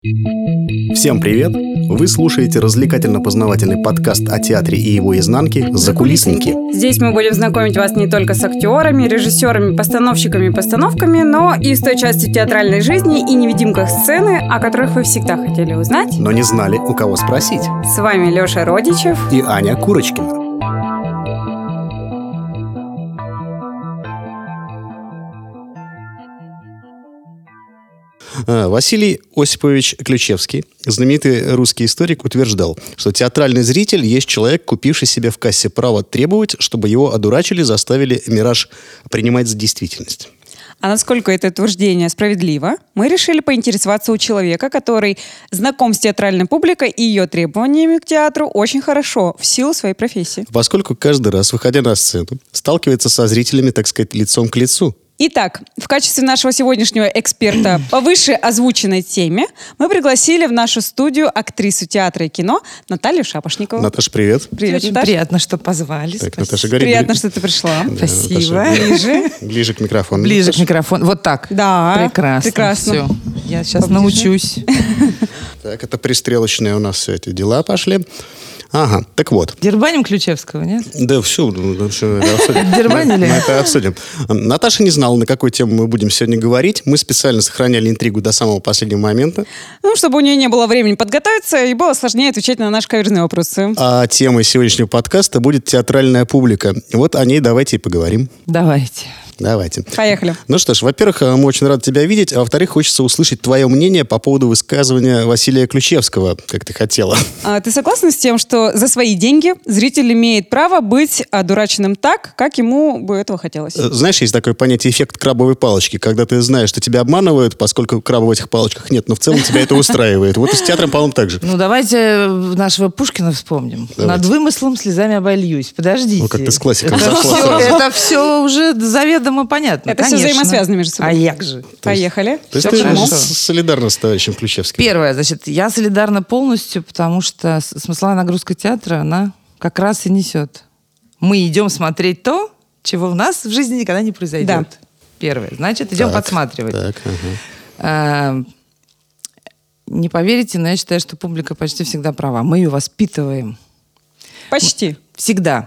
Всем привет! Вы слушаете развлекательно-познавательный подкаст о театре и его изнанке «Закулисники». Здесь мы будем знакомить вас не только с актерами, режиссерами, постановщиками и постановками, но и с той частью театральной жизни и невидимках сцены, о которых вы всегда хотели узнать. Но не знали, у кого спросить. С вами Леша Родичев и Аня Курочкина. Василий Осипович Ключевский, знаменитый русский историк, утверждал, что театральный зритель есть человек, купивший себе в кассе право требовать, чтобы его одурачили, заставили мираж принимать за действительность. А насколько это утверждение справедливо, мы решили поинтересоваться у человека, который знаком с театральной публикой и ее требованиями к театру очень хорошо в силу своей профессии. Поскольку каждый раз, выходя на сцену, сталкивается со зрителями, так сказать, лицом к лицу. Итак, в качестве нашего сегодняшнего эксперта по выше озвученной теме мы пригласили в нашу студию актрису театра и кино Наталью Шапошникову. Наташа, привет. Привет, Очень Наташа. приятно, что позвали. Так, Спасибо. Наташа, говори. Приятно, что ты пришла. Да, Спасибо. Наташа, Ближе. ближе к микрофону. Ближе Наташа. к микрофону. Вот так. Да, Прекрасно. прекрасно. Все. Я сейчас Поближе. научусь. Так, это пристрелочные у нас все эти дела пошли. Ага, так вот. Дербаним Ключевского, нет? Да, все это обсудим. Дербанили? Мы это обсудим. Наташа не знала, на какую тему мы будем сегодня говорить. Мы специально сохраняли интригу до самого последнего момента. Ну, чтобы у нее не было времени подготовиться, и было сложнее отвечать на наши каверзные вопросы. А темой сегодняшнего подкаста будет театральная публика. Вот о ней давайте и поговорим. Давайте. Давайте. Поехали. Ну что ж, во-первых, мы очень рады тебя видеть, а во-вторых, хочется услышать твое мнение по поводу высказывания Василия Ключевского, как ты хотела. А ты согласна с тем, что за свои деньги зритель имеет право быть одураченным так, как ему бы этого хотелось? Знаешь, есть такое понятие эффект крабовой палочки, когда ты знаешь, что тебя обманывают, поскольку краба в этих палочках нет, но в целом тебя это устраивает. Вот и с театром, по-моему, так же. Ну, давайте нашего Пушкина вспомним. Давайте. Над вымыслом слезами обольюсь. Подождите. Ну, как ты с классиком это зашла все, сразу. это все уже заведомо понятно. Это все конечно. взаимосвязано между собой. А як же? Поехали. То есть Всё ты хорошо. солидарна с товарищем Ключевским? Первое, значит, я солидарна полностью, потому что смысловая нагрузка театра, она как раз и несет. Мы идем смотреть то, чего у нас в жизни никогда не произойдет. Да. Первое. Значит, идем Так, подсматривать. Так, ага. Не поверите, но я считаю, что публика почти всегда права. Мы ее воспитываем. Почти. Всегда.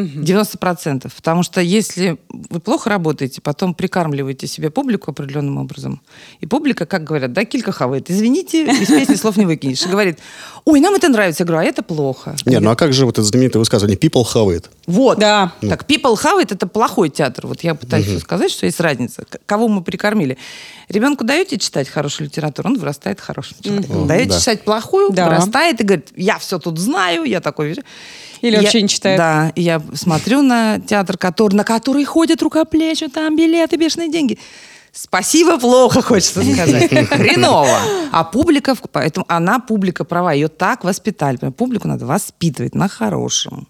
90%. Потому что если вы плохо работаете, потом прикармливаете себе публику определенным образом, и публика, как говорят, да, килька хавает. Извините, из песни слов не выкинешь. И говорит, ой, нам это нравится, я говорю, а это плохо. Не, ну а как же вот это знаменитое высказывание «people have it»? Вот. Да. Так, people have it — это плохой театр. Вот я пытаюсь сказать, что есть разница. Кого мы прикормили? Ребенку даете читать хорошую литературу, он вырастает хорошим человеком. Даете Да. читать плохую, Да. вырастает и говорит, я все тут знаю, я такой... Или Я- вообще не читает. Да, и я смотрю на театр, на который ходят рукоплещут, там билеты, бешеные деньги. Спасибо, плохо, хочется сказать. Хреново. А публика, поэтому она публика права, ее так воспитали. Публику надо воспитывать на хорошем.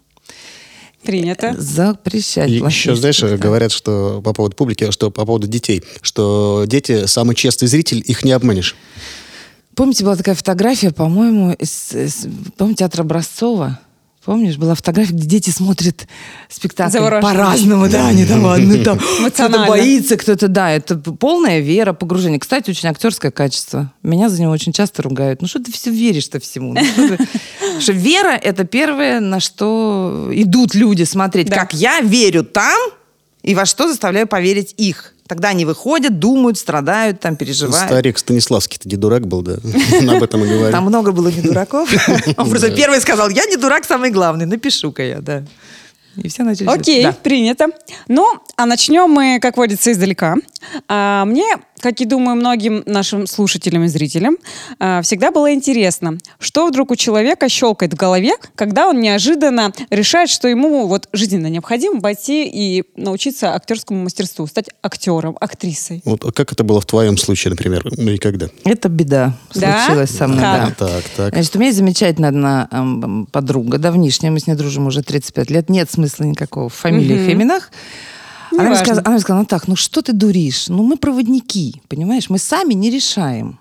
Принято. Запрещать. И плохие еще, знаешь, спектакли. говорят, что по поводу публики, что по поводу детей, что дети самый честный зритель, их не обманешь. Помните, была такая фотография, по-моему, по-моему, театра Образцова. Помнишь, была фотография, где дети смотрят спектакль Завороженно. по-разному, да, они там, там Эмоционально. кто-то боится, кто-то, да, это полная вера, погружение. Кстати, очень актерское качество. Меня за него очень часто ругают. Ну что ты все веришь-то всему? Ну, потому что вера — это первое, на что идут люди смотреть. Да. Как я верю там, и во что заставляю поверить их. Тогда они выходят, думают, страдают, там, переживают. Старик Станиславский-то не дурак был, да? Он об этом и говорил. Там много было не дураков. Он просто первый сказал, я не дурак, самый главный, напишу-ка я, да. И все начали... Окей, Да. принято. Ну, а начнем мы, как водится, издалека. Мне, как и думаю, многим нашим слушателям и зрителям, всегда было интересно, что вдруг у человека щелкает в голове, когда он неожиданно решает, что ему вот жизненно необходимо пойти и научиться актерскому мастерству, стать актером, актрисой. Вот а как это было в твоем случае, например? Ну и когда? Это беда Да? случилась со мной, Как? да. Так. Значит, у меня есть замечательная одна подруга, давнишняя, мы с ней дружим уже 35 лет, нет смысла никакого в фамилиях и именах. Она мне Неважно. сказала, ну так, ну что ты дуришь? Ну мы проводники, понимаешь? Мы сами не решаем.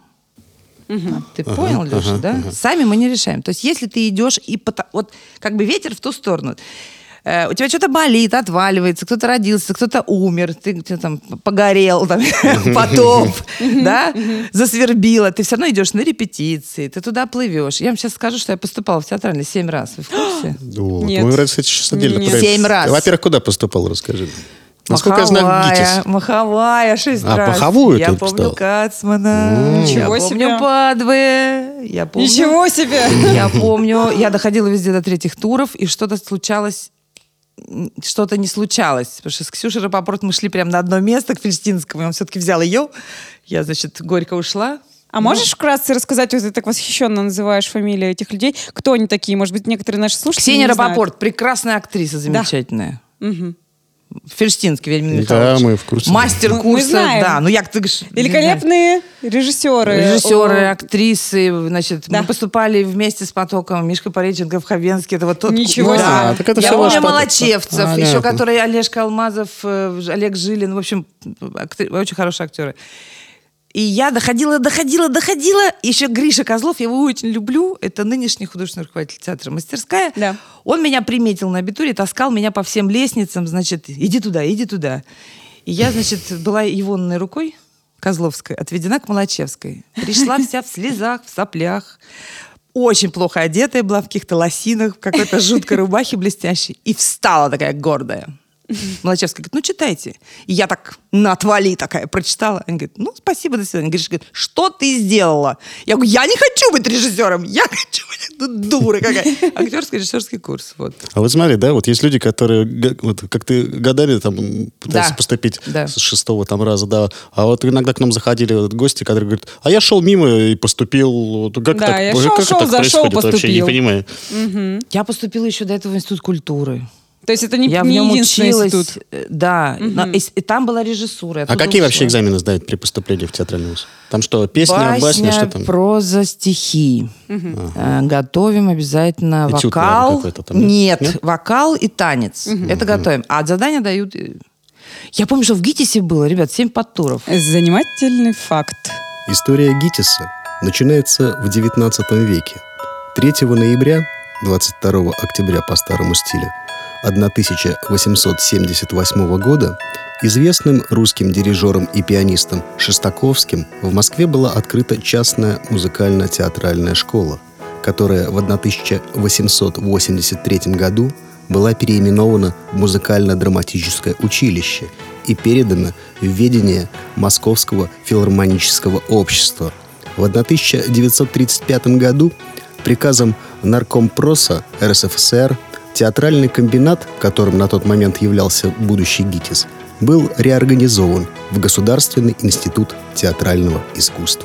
Ты понял, Леша, да? Сами мы не решаем. То есть если ты идешь и... Вот как бы ветер в ту сторону. у тебя что-то болит, отваливается, кто-то родился, кто-то умер, ты там погорел, там, потоп, да, засвербило, ты все равно идешь на репетиции, ты туда плывешь. Я вам сейчас скажу, что я поступала в театральный 7 раз. Вы в курсе? Вот. Нет. Мы, кстати, сейчас отдельно Нет. поговорим. 7 раз. Во-первых, куда поступал, расскажи. Насколько я знаю, ГИТИС. Маховая 6 А, раз. Маховую Я ты помню встал? Кацмана. Ничего я себе. помню Падве. Я помню... Ничего себе! Я помню, я доходила везде до 3-х туров, и что-то случалось, что-то не случалось. Потому что с Ксюшей Рапопорт мы шли прямо на одно место, к Фельштинскому, и он все-таки взял ее. Я, значит, горько ушла. А можешь вкратце рассказать, вот ты так восхищенно называешь фамилии этих людей? Кто они такие? Может быть, некоторые наши слушатели Ксения не знают. Рапопорт, прекрасная актриса, замечательная. Мгм. Фельштинский Вениамин Да, Михайлович. мы в курсе. Мастер Мы курса, знаем. да. Ну, я, ты говоришь, Великолепные режиссеры. режиссеры, О, актрисы, значит, Да. мы поступали вместе с потоком, Мишка Пореченков, Хабенский, это вот тот... Ничего Да. себе. А, так это Я все ваш помню поток. Молочевцев, Понятно. еще который Олежка Алмазов, Олег Жилин, в общем, очень хорошие актеры. И я доходила, еще Гриша Козлов, я его очень люблю, это нынешний художественный руководитель театра «Мастерская». Да. Он меня приметил на абитуре, таскал меня по всем лестницам, значит, иди туда. И я, значит, была Ивонной рукой Козловской отведена к Молочевской. Пришла вся в слезах, в соплях, очень плохо одетая была, в каких-то лосинах, в какой-то жуткой рубахе блестящей. И встала такая гордая. Молочевская говорит, ну, читайте. И я так на отвали такая прочитала. Она говорит, ну, спасибо, до свидания. Гриша говорит, что ты сделала? Я говорю, я не хочу быть режиссером, я хочу быть ну, дура какая. Актерский режиссерский курс. Вот. А вот смотри, да, вот есть люди, которые, вот, как ты годами там пытаются Да. поступить Да. с 6-го там раза, да. А вот иногда к нам заходили вот гости, которые говорят, а я шел мимо и поступил. Вот, как Да, так, я как шел, так зашел, происходит? Вообще не поступил. понимаю. Я поступила еще до этого в Институт культуры. То есть это не, Я в не нем единственный училась. институт. Да. И там была режиссура. я А оттуда какие вообще ушла. экзамены сдают при поступлении в театральный вуз? Там что, песня, басня, что там? проза, стихи. Готовим обязательно Этюд, вокал. наверное, какой-то там, Нет, нет? вокал и танец. Это готовим. А задания дают... Я помню, что в ГИТИСе было, ребят, 7 подтуров. Занимательный факт. История ГИТИСа начинается в XIX веке. 3 ноября, 22 октября по старому стилю, 1878 года известным русским дирижером и пианистом Шостаковским в Москве была открыта частная музыкально-театральная школа, которая в 1883 году была переименована в музыкально-драматическое училище и передана в ведение Московского филармонического общества. В 1935 году приказом Наркомпроса РСФСР театральный комбинат, которым на тот момент являлся будущий ГИТИС, был реорганизован в Государственный институт театрального искусства.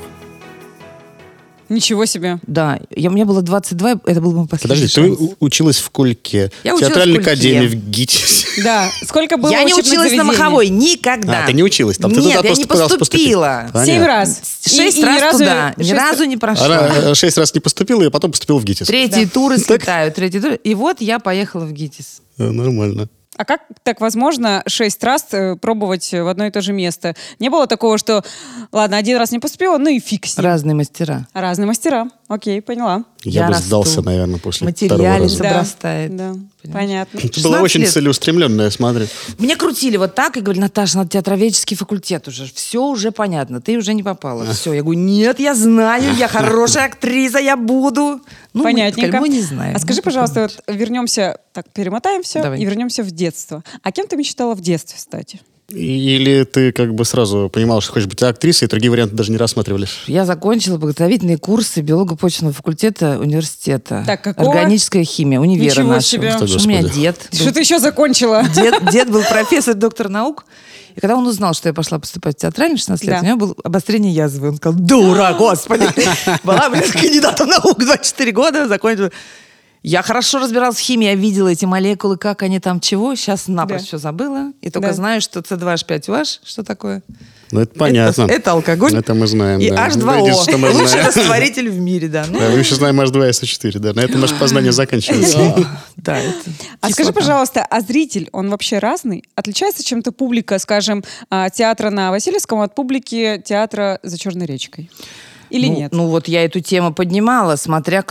Ничего себе. Да, мне было 22, это был мой последний Подожди, ты шанс. училась в Кульке, Я в училась театральной в Кульке. академии, в ГИТИСе. Да. Сколько было Я не учебных училась на заведений? Маховой никогда. А, ты не училась там? Ты Нет, туда я просто не пыталась поступила. поступить. 7 Понятно. раз. 6 И ни раз разу- туда. Ни 6 разу не прошла. Она 6 раз не поступила, и потом поступила в ГИТИС. Третьи туры слетают, третий тур. И вот я поехала в ГИТИС. Нормально. А как так возможно 6 раз пробовать в одно и то же место? Не было такого, что, ладно, 1 раз не поступила, ну и фиг с ним. Разные мастера. Разные мастера. Окей, поняла. Я бы расту. сдался, наверное, после второго Материалец раза. обрастает. Да, Понимаешь? понятно. Ты была 16 очень лет. целеустремленная, смотри. Мне крутили вот так и говорили, Наташа, надо театроведческий факультет уже. Все уже понятно, ты уже не попала. Все. Я говорю, нет, я знаю, я хорошая актриса, я буду. Ну, Понятненько. Мы не знаем. А скажи, Ну, пожалуйста, попробуйте. вот вернемся, так, перемотаем все Давай. и вернемся в детство. А кем ты мечтала в детстве, кстати? Или ты как бы сразу понимала, что хочешь быть актрисой, и другие варианты даже не рассматривались? Я закончила подготовительные курсы биолого-почвенного факультета университета. Так, какого? Органическая химия, универа Ничего нашего. себе. Потому что у меня Господи. дед был Что ты еще закончила? Дед был профессор, доктор наук. И когда он узнал, что я пошла поступать в театральный 16 лет, Да. у меня было обострение язвы. Он сказал, дура, господи. Была, блин, кандидатом наук 24 года, закончила. Я хорошо разбиралась в химии, я видела эти молекулы, как они там, чего. Сейчас напрочь Да. все забыла. И только Да. знаю, что С2H5OH, что такое? Ну, это понятно. Это алкоголь. Это мы знаем, И да. H2O. Видишь, что мы Лучший знаем. растворитель в мире, да. Ну, Да, мы еще знаем H2SO4, да. На этом наше познание заканчивается. да, это А скажи, кислота. пожалуйста, а зритель, он вообще разный? Отличается чем-то публика, скажем, театра на Васильевском от публики театра за Черной речкой? Или Ну, нет? Ну вот я эту тему поднимала, смотря кто к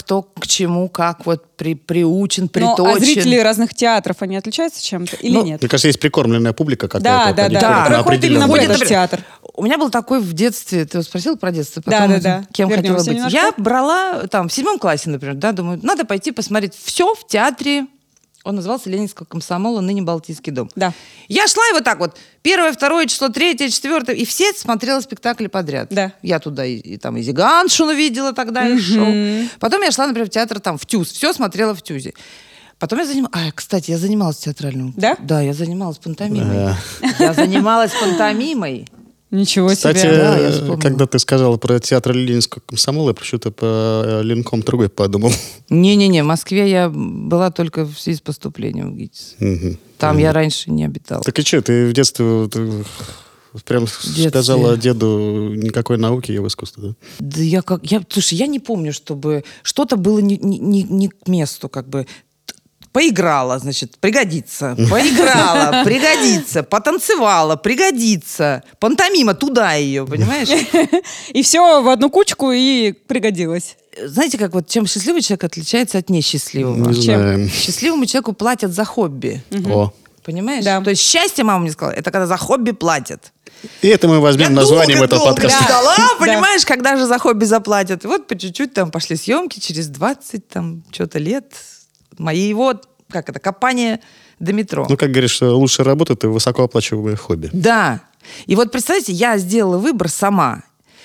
к чему, как вот приучен, Ну, приточен. а зрители разных театров, они отличаются чем-то или нет? Мне кажется, есть прикормленная публика Да, какая-то. да, да. на Которая ходит именно в определенный- этот театр. У меня был такой в детстве, ты вот спросил про детство? Да, потом да. кем хотела Вернемся быть. немножко. Я брала там в 7 классе, например, да, думаю, надо пойти посмотреть все в театре. Он назывался Ленинского комсомола, ныне Балтийский дом. Да. Я шла и вот так вот, 1, 2 число, 3, 4, и все смотрела спектакли подряд. Да. Я туда и там и Зиганшину видела тогда, и шоу. Потом я шла, например, в театр там в ТЮЗ, все смотрела в ТЮЗе. Потом я занималась... кстати, я занималась театральным. Да? Да, я занималась пантомимой. Я занималась пантомимой. Ничего Кстати, себе. Да, я вспомнила. когда ты сказала про театр Ленинского комсомола, я почему-то по Ленком другой подумал. Не-не-не, в Москве я была только в связи с поступлением в ГИТИС. Мгм. Там я раньше не обитала. Так и что, ты в детстве прям детстве. сказала деду никакой науки, я в искусстве, да? Да слушай, я не помню, чтобы что-то было не к месту, как бы. Поиграла, значит, пригодится. Поиграла, пригодится. Потанцевала, пригодится. Пантомима, туда ее, понимаешь? И все в одну кучку и пригодилось. Знаете, как вот чем счастливый человек отличается от несчастливого? Не знаем. Счастливому человеку платят за хобби. О. Понимаешь? Да. То есть счастье, мама мне сказала, это когда за хобби платят. И это мы возьмем названием этого подкаста. ждала, Да. понимаешь, когда же за хобби заплатят. И вот по чуть-чуть там пошли съемки, через 20 там что-то лет моего, как это, копания до метро. Ну, как говоришь, лучшая работа — это высокооплачиваемое хобби. Да. И вот представьте, я сделала выбор сама.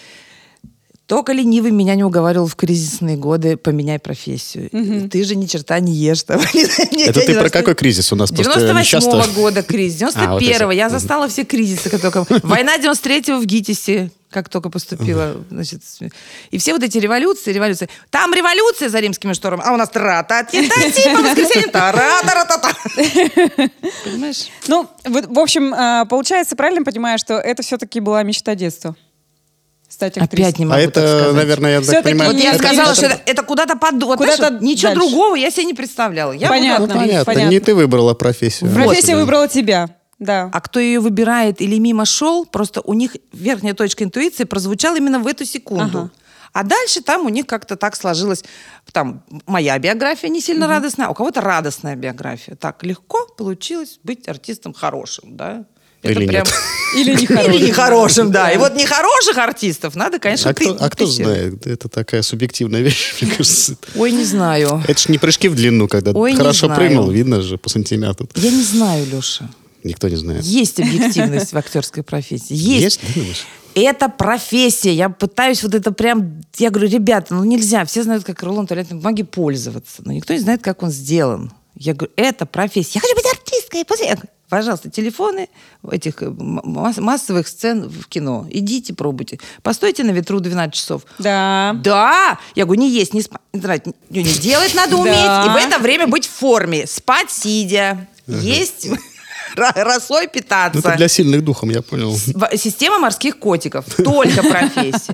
Только ленивый меня не уговаривал в кризисные годы поменяй профессию. Ты же ни черта не ешь. Там. Это ты про какой кризис у нас? Просто 98-го года кризис, 91-го. вот это. Я застала все кризисы. Как только... Война 93-го в ГИТИСе, как только поступила. Значит, и все вот эти революции. Там революция за римскими штормами, а у нас тра-та-ти-та-ти, по воскресеньям та-ра-та-ра-та-та. Понимаешь? Ну, в общем, получается, правильно понимаю, что это все-таки была мечта детства? Стать актрисой. Опять не могу А так это, сказать. наверное, я так Всё-таки понимаю... Вот я это сказала, не- что это куда-то под... Вот, Куда-то знаешь, вот ничего дальше. другого я себе не представляла. Я Понятно. Ну, понятно. понятно. Не ты выбрала профессию. Профессия Вот, да. выбрала тебя. Да. А кто ее выбирает или мимо шел, просто у них верхняя точка интуиции прозвучала именно в эту секунду. Ага. А дальше там у них как-то так сложилось. Там моя биография не сильно радостная, а у кого-то радостная биография. Так легко получилось быть артистом хорошим, да? Или нет. Или нехорошим. Или нехорошим, да. И вот нехороших артистов надо, конечно, А кто тестировать. знает? Это такая субъективная вещь, мне кажется. Ой, не знаю. Это ж не прыжки в длину, когда Ой, не хорошо знаю. прыгнул, видно же по сантиметру. Я не знаю, Леша. Никто не знает. Есть объективность в актерской профессии. Есть. Да, думаешь? Это профессия. Я пытаюсь вот это прям... Я говорю, ребята, ну нельзя. Все знают, как рулон туалетной бумаги пользоваться. Но никто не знает, как он сделан. Я говорю, это профессия. Я хочу быть артисткой. Я говорю, пожалуйста, телефоны этих массовых сцен в кино. Идите, пробуйте. Постойте на ветру 12 часов. Да. Да! Я говорю, не есть, не спать, не делать надо уметь. Да. И в это время быть в форме. Спать сидя. Есть... Росой питаться. Ну, это для сильных духом, я понял. Система морских котиков. Только профессия.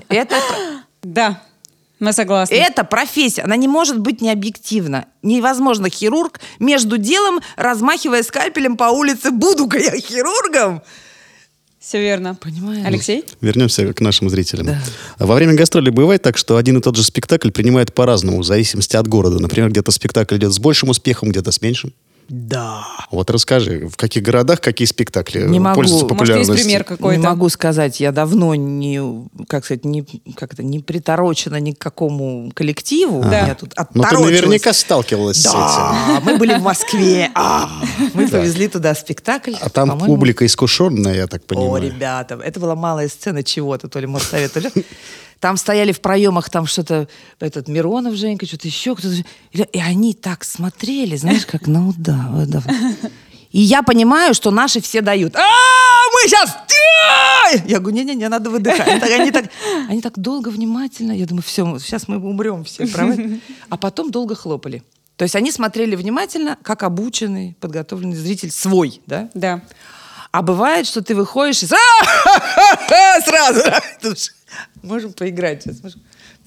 Да. Мы согласны. Это профессия. Она не может быть необъективна. Невозможно хирург между делом, размахивая скальпелем по улице, буду-ка я хирургом. Все верно. Понимаешь? Алексей? Вернемся к нашим зрителям. Во время гастролей бывает так, что один и тот же спектакль принимают по-разному, в зависимости от города. Например, где-то спектакль идет с большим успехом, где-то с меньшим. Да. Вот расскажи, в каких городах какие спектакли Не могу. пользуются Может, популярностью? есть пример какой-то? Не могу сказать. Я давно не приторочена ни к какому коллективу. Да. Я тут Но ты отторочилась. наверняка сталкивалась с этим. Да, мы были в Москве. Мы повезли туда спектакль. А там по-моему, публика искушенная, я так понимаю. О, ребята, это была малая сцена чего-то, то ли Моссовет, то ли... Там стояли в проемах, там что-то, этот Миронов, Женька, что-то еще, кто-то... И они так смотрели, знаешь, как на удар. И я понимаю, что наши все дают. Мы сейчас... Я говорю, не-не-не, надо выдыхать. Они так долго, внимательно. Я думаю, все, сейчас мы умрем все, правда? А потом долго хлопали. То есть они смотрели внимательно, как обученный, подготовленный зритель свой, да? Да. А бывает, что ты выходишь и сразу. Можем поиграть сейчас.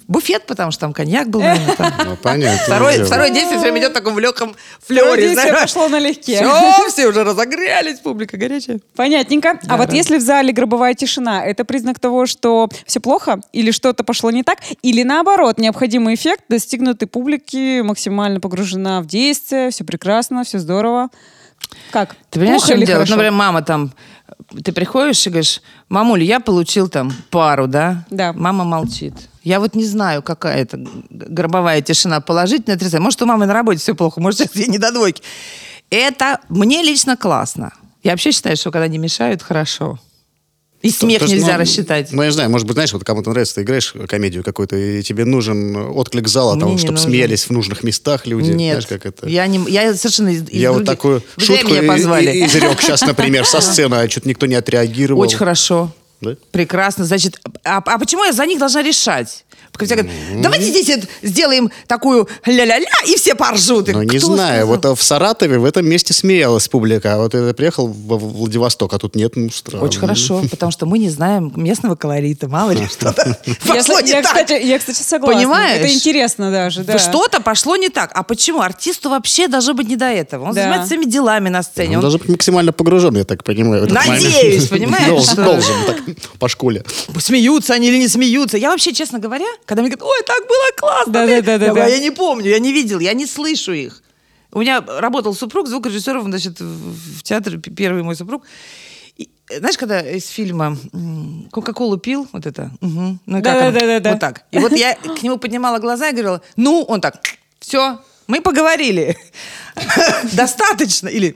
Буфет, потому что там коньяк был, наверное, там. Ну, понятно. Второе действие все время идет в таком легком Второе флёре. действие пошло налегке. Все уже разогрелись, публика горячая. Понятненько. Да, А вот да. если в зале гробовая тишина, это признак того, что все плохо? Или что-то пошло не так? Или наоборот, необходимый эффект достигнут и публики максимально погружена в действие, все прекрасно, все здорово? Как? Ты понимаешь, в Плохо чем или дело? Вот, хорошо? например, мама там, ты приходишь и говоришь, мамуль, я получил там пару, да? Да. Мама молчит. Я вот не знаю, какая это гробовая тишина, положительная, отрицательная. Может, у мамы на работе все плохо, может, сейчас ей не до двойки. Это мне лично классно. Я вообще считаю, что когда не мешают, хорошо. И смех То есть, нельзя ну, рассчитать. Ну, я не знаю, может быть, знаешь, вот кому-то нравится, ты играешь комедию какую-то, и тебе нужен отклик зала, Мне там, не чтобы нужен. смеялись в нужных местах люди. Нет, Знаешь, как это? я совершенно из Я вот других- такую Зря шутку меня позвали. изрек сейчас, например, со сцены, а что-то никто не отреагировал. Очень хорошо. Да? Прекрасно. Значит, а почему я за них должна решать? Потому что все говорят, давайте здесь сделаем такую ля-ля-ля, и все поржут. И Ну, не кто знаю, сказал? вот в Саратове в этом месте смеялась публика, а вот я приехал во Владивосток, а тут нет, ну, странно. Очень хорошо, потому что мы не знаем местного колорита, мало ли что-то пошло не Я, так. кстати, согласна. Понимаешь? Это интересно даже, да. Что-то пошло не так. А почему? Артисту вообще должно быть не до этого. Он Да. занимается своими делами на сцене. Он Он должен быть максимально погружен, я так понимаю. в этот Надеюсь, момент. понимаешь, что- Должен, так, по школе. Смеются они или не смеются. Я вообще, честно говоря, когда мне говорят, ой, так было классно. Да, ты-» да, да, да, я говорю, да. я не помню, я не видел, я не слышу их. У меня работал супруг, звукорежиссер, значит, в театре, первый мой супруг. И, знаешь, когда из фильма Кока-колу пил, вот это, ну и как Да, оно? да, да, да. Вот так. И вот я к нему поднимала глаза и говорила, ну, он так, все, мы поговорили. Достаточно. Или...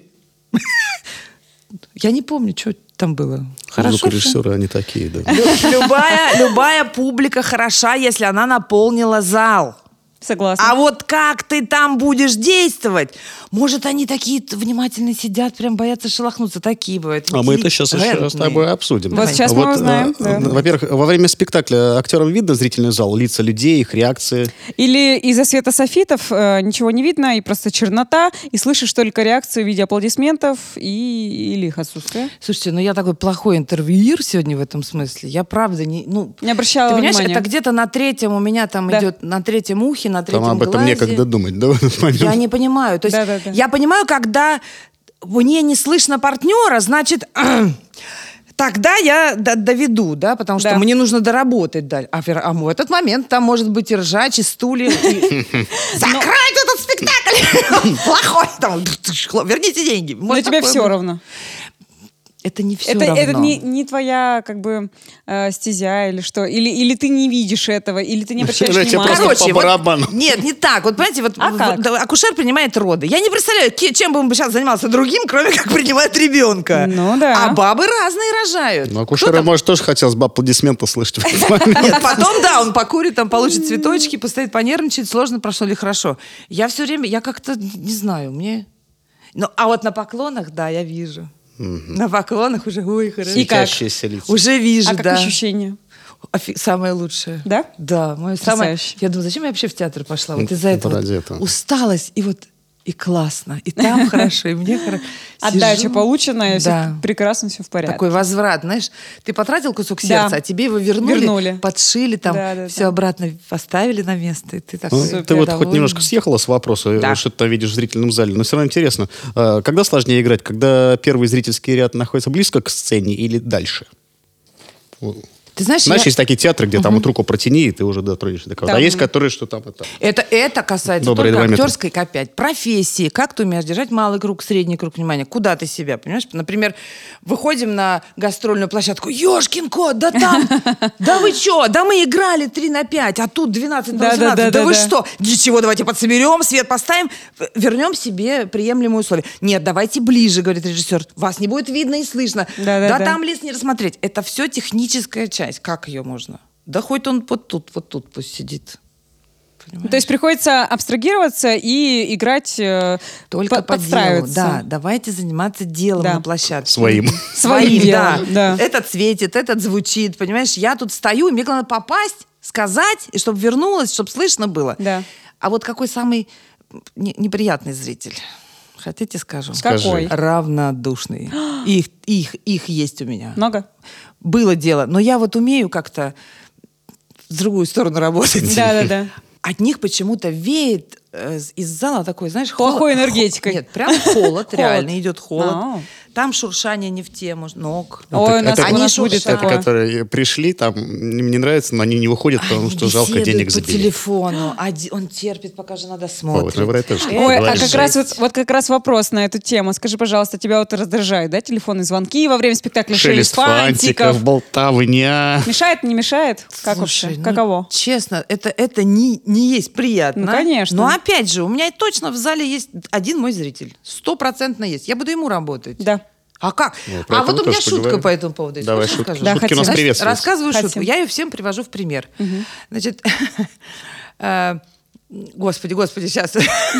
Я не помню, что там было. Хорошо всё? Звукорежиссеры, они такие, да. Любая публика хороша, если она наполнила зал. Согласна. А вот как ты там будешь действовать? Может, они такие внимательно сидят, прям боятся шелохнуться. Такие бывают. А мы это сейчас еще Интеллигентные. с тобой обсудим. Вот сейчас мы узнаем, да. Во-первых, во время спектакля актерам видно зрительный зал, лица людей, их реакции. Или из-за света софитов ничего не видно, и просто чернота, и слышишь только реакцию в виде аплодисментов или их отсутствие. Слушайте, ну я такой плохой интервьюер сегодня в этом смысле. Я правда не... Ну, Не обращала ты понимаешь, внимания. это где-то на третьем у меня там Да. идет, на третьем ухе, на третьем Там об этом глазе. некогда думать, да, в этот момент? Я не понимаю. То есть Да-да-да. я понимаю, когда мне не слышно партнера, значит, тогда я доведу, да, потому что Да. мне нужно доработать дальше. А в этот момент там может быть и ржач, и стулья. и- Закройте этот спектакль! Плохой там. Верните деньги. Но Может, тебе такое все быть. равно. Это не все Это равно. не твоя как бы стезя или что? Или ты не видишь этого, или ты не обращаешь Тебе внимания. просто по вот- барабану. нет, не так. Вот понимаете, вот А как? да, акушер принимает роды. Я не представляю, чем бы он сейчас занимался другим, кроме как принимать ребенка. Ну да. А бабы разные рожают. Ну, акушера, может, тоже хотелось бы аплодисменты слышать в этот момент. Нет, потом, да, он покурит, там получит цветочки, постоит, понервничает, сложно прошло ли хорошо. Я все время, я как-то, не знаю, мне... Ну, а вот на поклонах, да, я вижу. На поклонах уже, ой, хорошо. И как? Светящиеся лица. Уже вижу, А как да. ощущение? Самое лучшее. Да? Да, мое самое... Потрясающе. Я думаю, зачем я вообще в театр пошла? Вот из-за Ну, этого. ради Вот этого. усталость, и вот и классно, и там хорошо, и мне хорошо. Отдача Сижу, полученная, да. все прекрасно, все в порядке. Такой возврат, знаешь, ты потратил кусок Да. сердца, а тебе его вернули. Подшили там, Да, да, все да. обратно поставили на место, и ты такой... Ну, Супер, ты вот довольный. хоть немножко съехала с вопроса, Да. что ты там видишь в зрительном зале, но все равно интересно. Когда сложнее играть? Когда первый зрительский ряд находится близко к сцене или дальше? Ты знаешь, Знаешь, я- есть такие театры, где там вот руку протяни, и ты уже дотронешься до кого-то. А Да. есть которые, что там это... Это касается Добрые только 2 метра. актерской опять профессии. Как ты умеешь держать малый круг, средний круг внимания? Куда ты себя, понимаешь? Например, выходим на гастрольную площадку. Ёшкин кот, да там, да вы чё? Да мы играли 3-5, а тут 12 на Да, 18. да, Да да, вы да. что? Ничего, давайте подсоберем, свет поставим, вернем себе приемлемые условия. Нет, давайте ближе, говорит режиссер. Вас не будет видно и слышно. Да, да, да. там лес не рассмотреть. Это все техническая часть. Как ее можно? Да хоть он вот тут пусть сидит. Понимаешь? То есть приходится абстрагироваться и играть, Только по делу. подстраиваться. Да, давайте заниматься делом Да. на площадке. Своим. Своим да. делом, да. Этот светит, этот звучит, понимаешь? Я тут стою, и мне главное попасть, сказать, и чтобы вернулась, чтобы слышно было. Да. А вот какой самый неприятный зритель? Хотите, скажу? Скажи. Какой? Равнодушный. Их есть у меня. Много? Было дело. Но я вот умею как-то в другую сторону работать. Да-да-да. От них почему-то веет из зала такой, знаешь, Плохой энергетикой. Нет, прям холод, Холод. реально идет холод. А. Там шуршание не в тему ног. Ой, у нас это- у нас они будет шуршат. Это такое. которые пришли, там, им не нравится, но они не выходят, потому Они что жалко беседуют денег по забили. телефону. Он терпит, пока же надо О, смотреть. вот вы тоже Ой, а говоришь. как раз вот как раз вопрос на эту тему. Скажи, пожалуйста, тебя вот раздражают, да, телефонные звонки во время спектакля, Шелест фантиков, болтовня. Мешает, не мешает? Как Слушай, вообще? ну, Каково? честно, это не есть приятно. Ну, конечно. Но опять же, у меня точно в зале есть один мой зритель. 100% есть. Я буду ему работать. Да. А как? Ну, про А это вот мы у меня тоже шутка поговорим. по этому поводу. есть. Давай, Можно шутки. скажу? Да, Шутки у нас хотим. приветствуются. Рассказываю Хотим. шутку. Я ее всем привожу в пример. Значит, Господи, сейчас.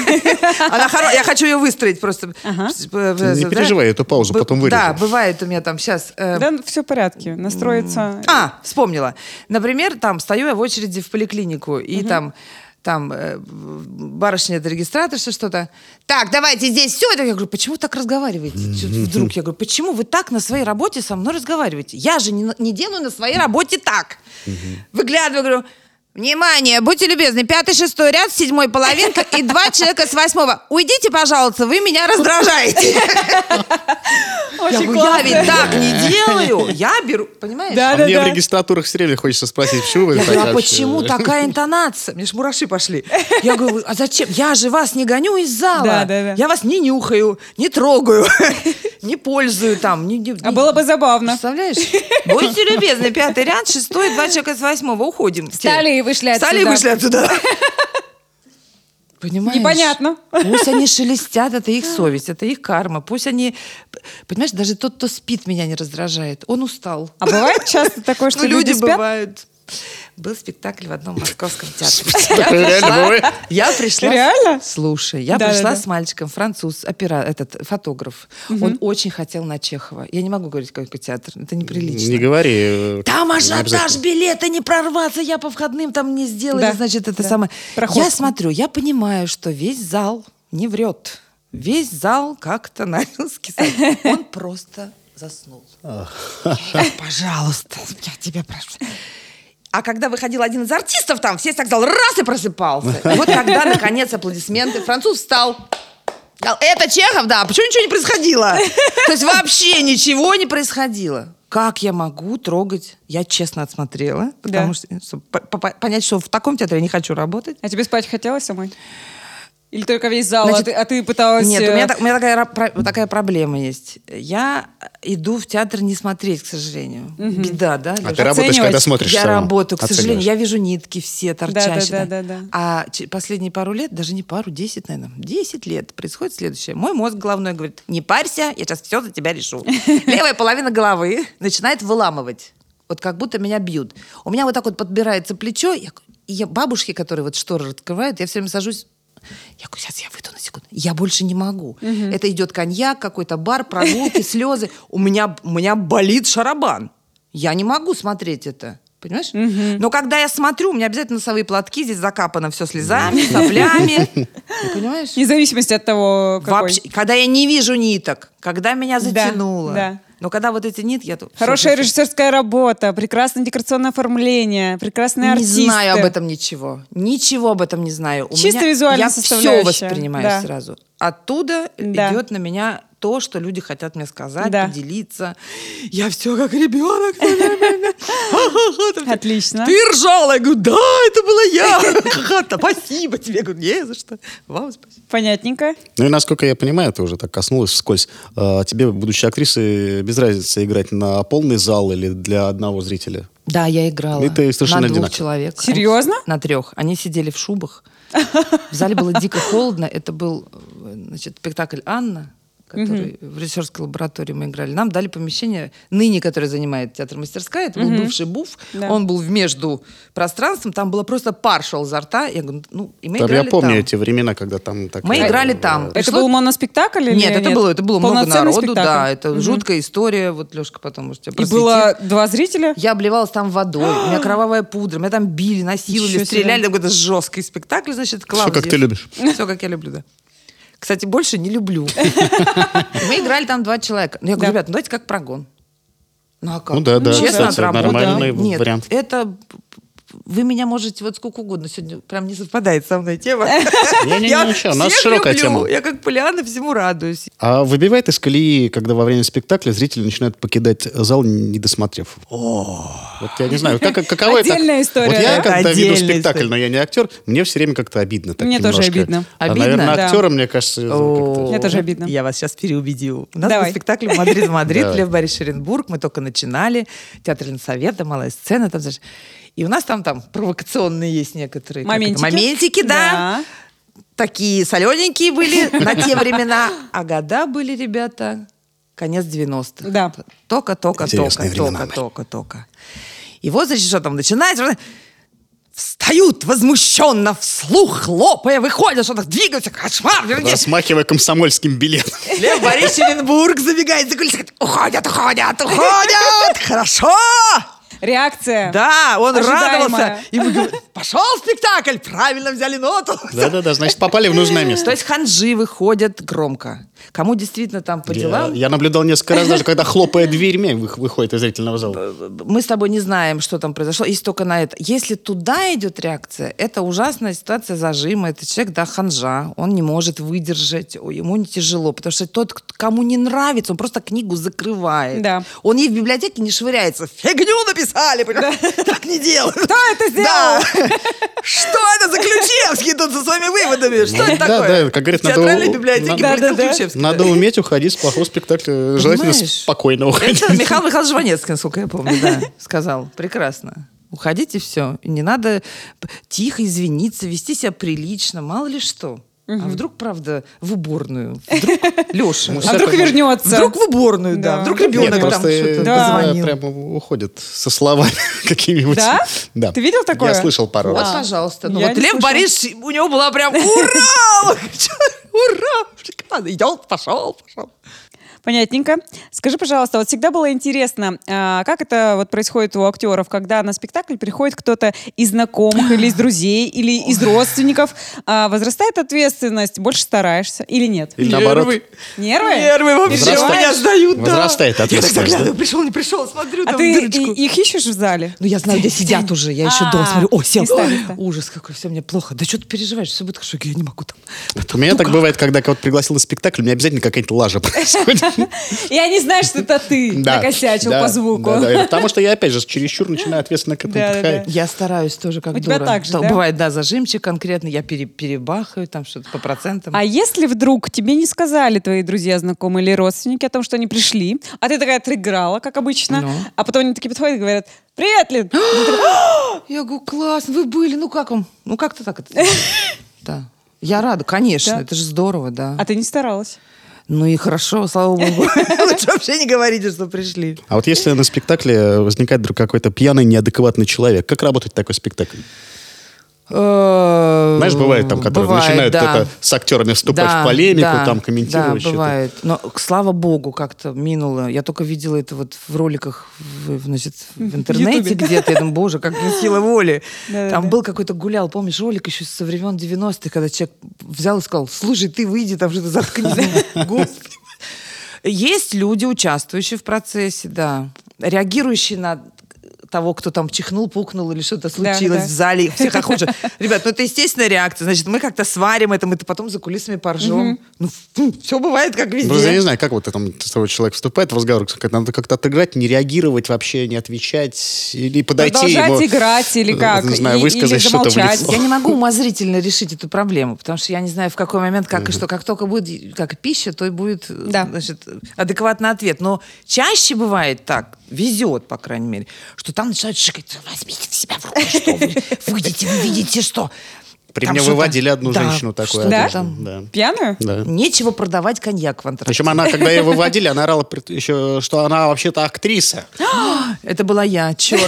Я хочу ее выстроить просто. Не переживай, эту паузу потом вырежем. Да, бывает у меня там сейчас... Да, все в порядке. Настроиться. Вспомнила. Например, там стою я в очереди в поликлинику, и там барышня, это регистраторша, что-то. Так, давайте здесь все. Я говорю, почему так разговариваете? Вдруг я говорю, почему вы так на своей работе со мной разговариваете? Я же не делаю на своей работе так. Выглядываю, говорю, внимание, будьте любезны, 5-6 ряд, 7 половинка и 2 человека с 8. Уйдите, пожалуйста, вы меня раздражаете. Я Очень говорю, я классно. ведь так не делаю. Я беру, понимаешь? Да, А да, мне в да. регистратурах все время хочется спросить, почему вы Я так говорю, а вообще? почему такая интонация? Мне ж мураши пошли. Я говорю, а зачем? Я же вас не гоню из зала. Да, да, да. Я вас не нюхаю, не трогаю, не пользую там. А было бы забавно. Представляешь? Будьте любезны, 5-й ряд, 6-й, 2 человека с 8-го. Уходим. Встали и вышли отсюда. Встали и вышли отсюда. Понимаешь? Непонятно. Пусть они шелестят, это их совесть, это их карма. Пусть они... Понимаешь, даже тот, кто спит, меня не раздражает. Он устал. А бывает часто такое, что Ну, люди спят? бывают. Был спектакль в одном московском театре. Такое реально бывает? Я пришла... Реально? Слушай, я Да, пришла да, да. с мальчиком, француз, фотограф. Он очень хотел на Чехова. Я не могу говорить, какой театр. Это неприлично. Не говори. Там не ажиотаж, обязательно. билеты не прорваться, я по входным там не сделали, Да, значит, это да. самое. Проходка. Я смотрю, я понимаю, что весь зал не врет. Весь зал как-то начал скисать. Он просто заснул. Пожалуйста, я тебя прошу. А когда выходил один из артистов там, все так зал раз и просыпался. И вот тогда, наконец, аплодисменты. Француз встал. Сказал, это Чехов, да, почему ничего не происходило? То есть вообще ничего не происходило. Как я могу трогать? Я честно отсмотрела, потому что, чтобы понять, что в таком театре я не хочу работать. А тебе спать хотелось самой? Или только весь зал, Значит, а ты пыталась... Нет, у меня такая проблема есть. Я иду в театр не смотреть, к сожалению. Беда, да? А Лёша? ты работаешь, когда Оценивать. смотришь? Я всё равно? работаю, к сожалению. Оцениваешь. Я вижу нитки все торчащие. Да. А последние пару лет, даже не пару, 10, наверное, 10 лет происходит следующее. Мой мозг головной говорит, не парься, я сейчас все за тебя решу. Левая половина головы начинает выламывать. Вот как будто меня бьют. У меня вот так вот подбирается плечо, и бабушки, которые вот шторы открывают, я все время сажусь. Я говорю, сейчас я выйду на секунду. Я больше не могу. Это идет коньяк, какой-то бар, прогулки, слезы. У меня болит шарабан. Я не могу смотреть это. Понимаешь? Но когда я смотрю, у меня обязательно носовые платки, здесь закапано все слезами, соплями. Понимаешь? Вне зависимости от того, какой. Вообще, когда я не вижу ниток, когда меня затянуло. да. Но когда вот эти нитки, я тут... Хорошая режиссерская работа, прекрасное декорационное оформление, прекрасные Не артисты. знаю об этом ничего. Ничего об этом не знаю. Чисто визуальная Я все составляющая. воспринимаю Да. сразу. Оттуда Да. идет на меня то, что люди хотят мне сказать, Да. поделиться. Я все как ребенок. Отлично. Ты ржала. Я говорю, да, это была я. Спасибо тебе. Я говорю, не за что. Вам спасибо. Понятненько. Ну и насколько я понимаю, ты уже так коснулась вскользь. Тебе, будучи актрисой, без разницы играть на полный зал или для одного зрителя? Да, я играла. Это совершенно на 2 одинаково. человек. Серьезно? На 3. Они сидели в шубах. В зале было дико холодно. Это был, значит, спектакль «Анна», который в режиссерской лаборатории мы играли. Нам дали помещение, ныне, которое занимает театр-мастерская. Это был бывший БУФ. Да. Он был между пространством. Там было просто пар шел изо рта. Я говорю, и мы Там играли я помню там. эти времена, когда там... Мы играли там. Это Пришло- был моноспектакль или Нет, это было много Полноценный народу, спектакль? да. Это жуткая история. Вот Лешка потом, может, тебя И просветит. было 2 зрителя? Я обливалась там водой, у меня кровавая пудра, меня там били, насиловали, Ничего себе. стреляли. Какой-то жесткий спектакль, значит, Клавдия. Все, как ты любишь. Все, как я люблю, да. Кстати, больше не люблю. Мы играли там 2 человека. Я говорю, Да. ребят, ну давайте как прогон. Ну а как? Ну да, Честно, кстати, от работы. нормальный Нет, вариант. это вы меня можете вот сколько угодно. Сегодня прям не совпадает со мной тема. Не-не-не, у нас всех широкая люблю. тема. Я как Полианна всему радуюсь. А выбивает из колеи, когда во время спектакля зрители начинают покидать зал, не досмотрев? Вот я не знаю, каково это? Отдельная история, Вот я да. когда веду Отдельная спектакль, история. но я не актер, мне все время как-то обидно. так Мне тоже немножко. обидно. А, Обидно? наверное, Да. актера, мне кажется, как-то... Мне тоже обидно. Я вас сейчас переубедил. У нас Давай. был спектакль «Мадрид-Мадрид», Давай. Лев Борисович Шеренбург. Мы только начинали. Театр Ленсовета, малая сцена. Там, знаешь. И у нас там провокационные есть некоторые. как это, Моментики. моментики, да. Такие солененькие были на те времена. А года были, ребята, конец 90-х. Да. Только. Интересные времена были. И вот, значит, что там начинается. Встают возмущенно, вслух хлопая, выходят, что-то двигаются, кошмар. Размахивая комсомольским билетом. Лев Борисович Шеренбург забегает за кулисы, говорит, уходят. Хорошо. Реакция. Да, он Ожидаемая. радовался. И мы говорим, пошел спектакль, правильно взяли ноту. Да-да-да, значит, попали в нужное То место. есть ханжи выходят громко. Кому действительно там по делам, Я наблюдал несколько раз, даже когда, хлопая дверьми, выходит из зрительного зала. мы с тобой не знаем, что там произошло, есть только на это. Если туда идет реакция, это ужасная ситуация зажима. Это человек, да, ханжа, он не может выдержать, ему не тяжело, потому что тот, кому не нравится, он просто книгу закрывает. Да. Он ей в библиотеке не швыряется. Фигню написали, понимаешь? Так не делают. Кто это сделал? Да. Что это за Ключевский тут со своими выводами? Что это да, такое? да, как говорят, В театральной надо- библиотеке Да, при да, этом да. Ключевский. Надо уметь уходить с плохого спектакля. Желательно Понимаешь? спокойно уходить. Это Михаил Михайлович Жванецкий, насколько я помню, да, сказал. Прекрасно. Уходите, все. И не надо тихо извиниться, вести себя прилично, мало ли что. А вдруг, правда, в уборную? Вдруг Леша? А вдруг вернется? Вдруг в уборную, да. Да. Вдруг Нет, ребенок там просто что-то Да. позвонил. прямо уходят со словами какими-нибудь. Да? Да. Ты видел такое? Я слышал пару Вот, раз. пожалуйста. Ну Я вот не Лев слышала. Борисович, у него была прям ура! Ура! Шикарно. Идет, пошел. Понятненько. Скажи, пожалуйста, вот всегда было интересно, как это вот происходит у актеров, когда на спектакль приходит кто-то из знакомых или из друзей, или из родственников. Возрастает ответственность, больше стараешься или нет? Или наоборот. Нервы? Нервы вообще Переживаешь? меня сдают, да. Возрастает Я так ответственность, заглядываю, да? пришел, не пришел, смотрю, А там ты дырочку. их ищешь в зале? Ну, я знаю, где сидят уже. Я еще дома смотрю. О, сел. места. Ужас какой, все, мне плохо. Да что ты переживаешь? Все будет хорошо. Я не могу там. У меня так бывает, когда кого-то пригласил на спектакль, у меня обязательно какая-нибудь лажа происходит. И они знают, что это ты Да, накосячил да, по звуку. да, да. Потому что я, опять же, чересчур начинаю ответственно к этому Да, да, подходить. Я стараюсь тоже как У тебя дура. так же, То да? Бывает, да, зажимчик конкретно. Я перебахаю там что-то по процентам. А если вдруг тебе не сказали твои друзья, знакомые или родственники о том, что они пришли, а ты такая отыграла, как обычно, Ну. а потом они такие подходят и говорят: «Привет, Лен!» Я говорю, классно, вы были. Ну, как вам? Ну, как-то так это. Да. Я рада, конечно. Да. Это же здорово, да. А ты не старалась. Ну и хорошо, слава богу. Лучше вообще не говорите, что пришли. А вот если на спектакле возникает вдруг какой-то пьяный, неадекватный человек, как работать такой спектакль? Знаешь, бывает там, которые Бывает, начинают да. это с актерами вступать Да, в полемику, да, там комментировать да, что-то. бывает. Но, слава богу, как-то минуло. Я только видела это вот в роликах, значит, в интернете Ютубе. где-то. Я думаю, боже, как не сила воли. Да-да-да. Там был какой-то гулял, помнишь, ролик еще со времен 90-х, когда человек взял и сказал: слушай, ты выйди, там что-то заткнись. Господи. Есть люди, участвующие в процессе, да, реагирующие на того, кто там чихнул, пукнул или что-то случилось да. в зале, их всех охочет. Ребят, ну это естественная реакция. Значит, мы как-то сварим это, мы потом за кулисами поржем. Ну, все бывает, как везде. Ну, я не знаю, как вот там человек вступает в разговор, надо как-то отыграть, не реагировать вообще, не отвечать, или подойти Продолжать ему, играть или как? не знаю, И- высказать или что-то в замолчать. лицо. Я не могу умозрительно решить эту проблему, потому что я не знаю, в какой момент, как и что. Как только будет как пища, то и будет Да. значит, адекватный ответ. Но чаще бывает так, везет, по крайней мере, что там начинают шикать: возьмите в себя в руки, что вы, выйдите, вы видите, что. При Там мне что-то- выводили одну да, женщину такую. что-то Да? там. Да. Пьяную? Да. Нечего продавать коньяк в антракте. Причем она, когда ее выводили, она орала еще, что она вообще-то актриса. Это была я, черт.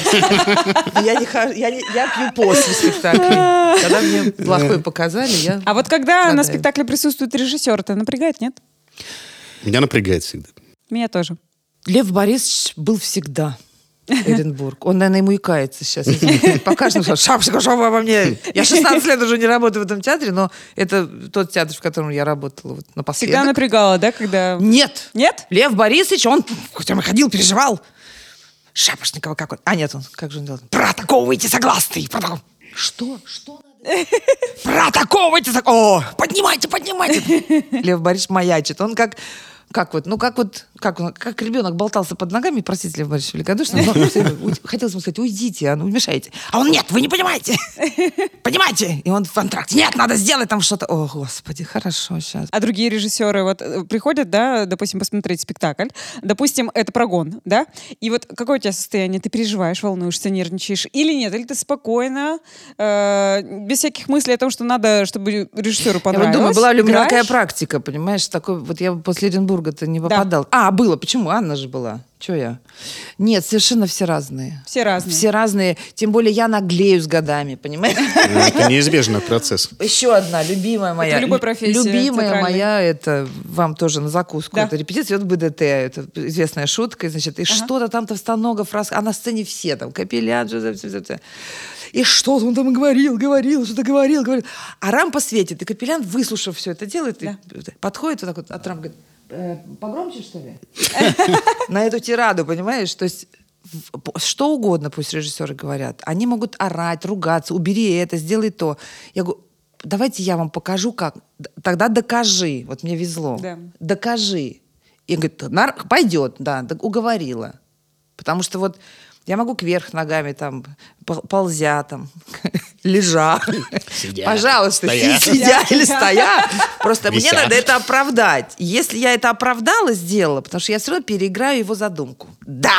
Я пью после спектакля. Когда мне плохое показали, я... А вот когда на страдаю. спектакле присутствует режиссер, это напрягает, нет? Меня напрягает всегда. Меня тоже. Лев Борисович был всегда. Эренбург. Он, наверное, ему и кается сейчас. Покажет, что шапочка, что вы обо мне. Я 16 лет уже не работаю в этом театре, но это тот театр, в котором я работала вот напоследок. Всегда напрягало, да, когда... Нет. Нет? Лев Борисович, он, хотя он ходил, переживал. Шапошникова как он? А нет, он, как же он делает? Протаковывайте согласный. Что? Что надо? Протаковывайте согласный. О, поднимайте. Лев Борисович маячит. Он как ребенок болтался под ногами, простите, Лев Борисович, великодушно, хотелось ему сказать, уйдите, вы мешаете. А он, нет, вы не понимаете. Понимаете? И он в антракте, нет, надо сделать там что-то. О, Господи, хорошо, сейчас. А другие режиссеры вот приходят, да, допустим, посмотреть спектакль, допустим, это прогон, да, и вот какое у тебя состояние? Ты переживаешь, волнуешься, нервничаешь или нет? Или ты спокойно, без всяких мыслей о том, что надо, чтобы режиссеру понравилось? Я вот думаю, была ли у меня играешь? такая практика, понимаешь, такой, вот я после Оренбурга-то не попадал. А, было, почему? Анна же была. Че я? Нет, совершенно все разные. Все разные. Все разные. Тем более я наглею с годами, понимаешь? Это неизбежный процесс. Еще одна любимая моя. Это в любой профессии Любимая театральной. моя, это вам тоже на закуску. Да. Это репетиция от БДТ. Это известная шутка. Значит, и что-то там Товстоногов, а на сцене все там, Капелян, все. И что-то он там говорил, что-то говорил. А рампа светит, и Капелян, выслушав все это, делает, и подходит вот так вот от рампы, говорит, погромче, что ли? На эту тираду, понимаешь? То есть что угодно пусть режиссеры говорят. Они могут орать, ругаться, убери это, сделай то. Я говорю, давайте я вам покажу, как. Тогда докажи. Вот мне везло. Да. Докажи. И говорит, пойдет, да, уговорила. Потому что вот я могу кверх ногами, там, ползя, там, лежа. Сидя. Пожалуйста, Стоя. сидя или стоя. Просто мне Вися. надо это оправдать. Если я это оправдала, сделала, потому что я все равно переиграю его задумку. Да!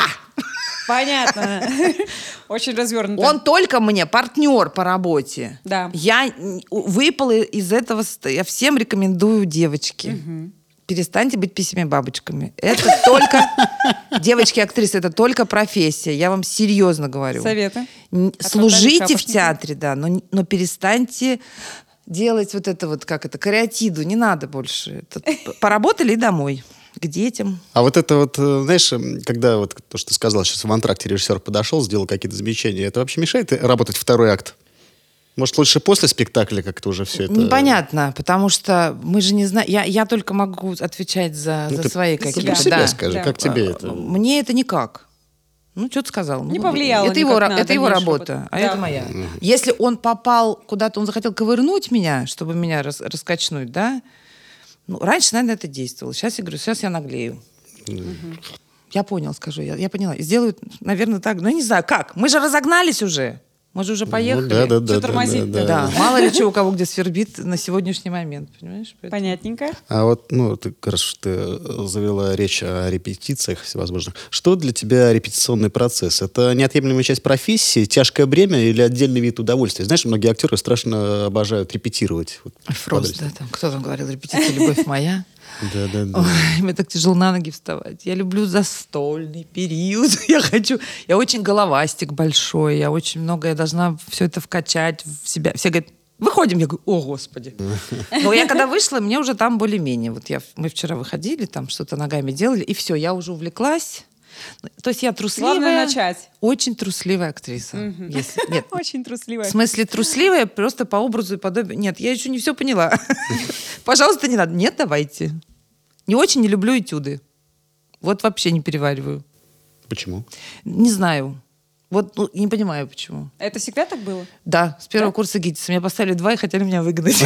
Понятно. Очень развернуто. Он только мне партнер по работе. Да. Я выпала из этого. Я всем рекомендую, девочки. Перестаньте быть писями-бабочками. Это только... Девочки-актрисы, это только профессия. Я вам серьезно говорю. Советы? Служите в Шапошникова. театре, да, но перестаньте делать вот это вот, как это, кариатиду. Не надо больше. Поработали и домой. К детям. А вот это вот, знаешь, когда вот то, что ты сказал, сейчас в антракте режиссер подошел, сделал какие-то замечания, это вообще мешает работать второй акт? Может, лучше после спектакля как-то уже все это... Непонятно, потому что мы же не знаем... Я только могу отвечать за ты свои про какие-то... себя Да. скажи, Да. как тебе это? Мне это никак. Ну, что ты сказал? Не Ну, повлияло это никак на это его дальнейшую работа, работу. а Да. это моя. Если он попал куда-то, он захотел ковырнуть меня, чтобы меня раскачнуть, да? Ну, раньше, наверное, это действовало. Сейчас я говорю, сейчас я наглею. Я понял, скажу, я поняла. Сделают, наверное, так. Ну, я не знаю, как. Мы же разогнались уже. Мы же уже поехали. Ну, да. Что тормозить-то? Да, мало ли чего у кого где свербит на сегодняшний момент, понимаешь? Поэтому- Понятненько. А вот, ну, ты, как раз ты завела речь о репетициях всевозможных. Что для тебя репетиционный процесс? Это неотъемлемая часть профессии, тяжкое бремя или отдельный вид удовольствия? Знаешь, многие актеры страшно обожают репетировать. Вот, Фрост, да, там, кто там говорил, репетиция «Любовь моя». Да. Ой, мне так тяжело на ноги вставать. Я люблю застольный период. Я очень головастик большой. Я очень многое должна все это вкачать в себя. Все говорят, выходим. Я говорю, о, Господи. Но я когда вышла, мне уже там более-менее. Вот мы вчера выходили, там что-то ногами делали, и все, я уже увлеклась. То есть я трусливая. Главное начать. Очень трусливая актриса. Нет, Очень трусливая. в смысле трусливая просто по образу и подобию. Нет, я еще не все поняла. Пожалуйста, не надо. Нет, давайте. Не очень не люблю этюды. Вот вообще не перевариваю. Почему? Не знаю. Вот не понимаю, почему. Это всегда так было? Да, с первого курса ГИТИСа. Меня поставили 2 и хотели меня выгнать.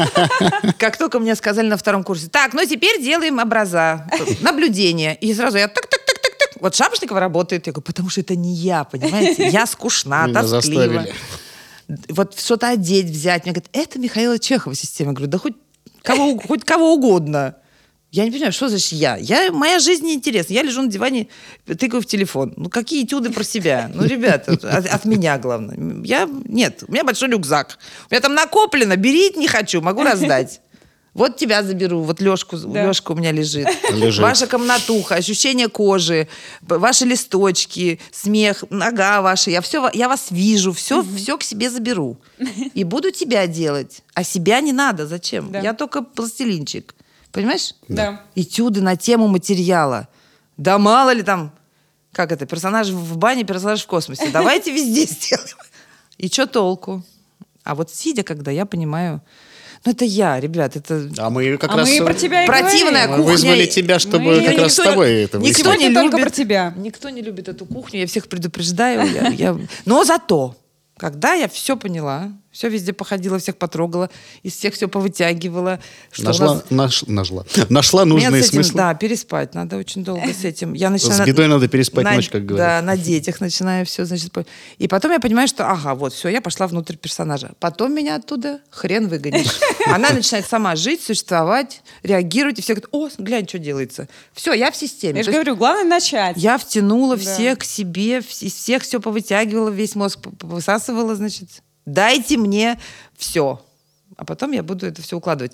Как только мне сказали на 2 курсе, так, ну теперь делаем образа, наблюдение. И сразу я так. Вот Шапошникова работает. Я говорю, потому что это не я, понимаете? Я скучна, Меня тосклива. заставили. Вот что-то одеть, взять. Мне говорят, это Михаила Чехова система. Я говорю, да хоть кого угодно. Я не понимаю, что значит я? Моя жизнь неинтересна. Я лежу на диване, тыкаю в телефон. Ну, какие этюды про себя? Ну, ребята, от меня главное. Нет, у меня большой рюкзак. У меня там накоплено, берить не хочу, могу раздать. Вот тебя заберу, вот Лешка у меня лежит. Ваша комнатуха, ощущение кожи, ваши листочки, смех, нога ваша. Я вас вижу, все к себе заберу. И буду тебя делать. А себя не надо, зачем? Да. Я только пластилинчик. Понимаешь? Да. Этюды на тему материала. Да мало ли там, как это, персонаж в бане, персонаж в космосе. Давайте везде сделаем. И что толку? А вот сидя, когда я понимаю... Ну, это я, ребят, это... А мы как А раз... мы про тебя и Противная говорим. Мы кухня. вызвали тебя, чтобы Мы- как раз с никто- тобой это никто выяснить. не Сегодня только любит. про тебя. Никто не любит эту кухню, я всех предупреждаю. Но зато, когда я все поняла, все везде походила, всех потрогала, из всех все повытягивала. Что у нас... Нашла Мне нужные с этим, смыслы. да, переспать надо очень долго с этим. Я С начинаю бедой надо переспать ночь, как говорят. Да, на детях начинаю все, значит. И потом я понимаю, что, ага, вот, все, я пошла внутрь персонажа. Потом меня оттуда хрен выгонишь. Она начинает сама жить, существовать, реагировать, и все говорят, о, глянь, что делается. Все, я в системе. Я же То есть говорю, главное начать. я втянула Да. всех к себе, из всех все повытягивала, весь мозг высасывала, значит. Дайте мне все. А потом я буду это все укладывать.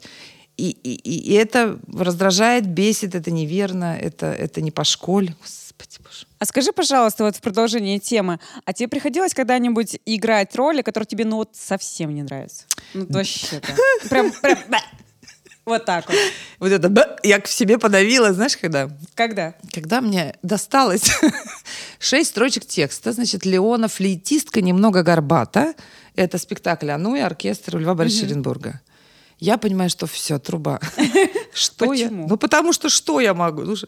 И это раздражает, бесит, это неверно, это не по школе. Господи боже. А скажи, пожалуйста, вот в продолжении темы, а тебе приходилось когда-нибудь играть роли, которые тебе, ну, вот совсем не нравятся? Ну, вообще-то. Прям, бэ. Вот так вот. Вот это я к себе подавила, знаешь, когда? Когда? Когда мне досталось 6 строчек текста, значит, Леона флейтистка немного горбата. Это спектакль «Ану» и оркестр Льва Борисовича Оренбурга. Я понимаю, что все, труба. Что я? Почему? Ну, потому что что я могу? Ну,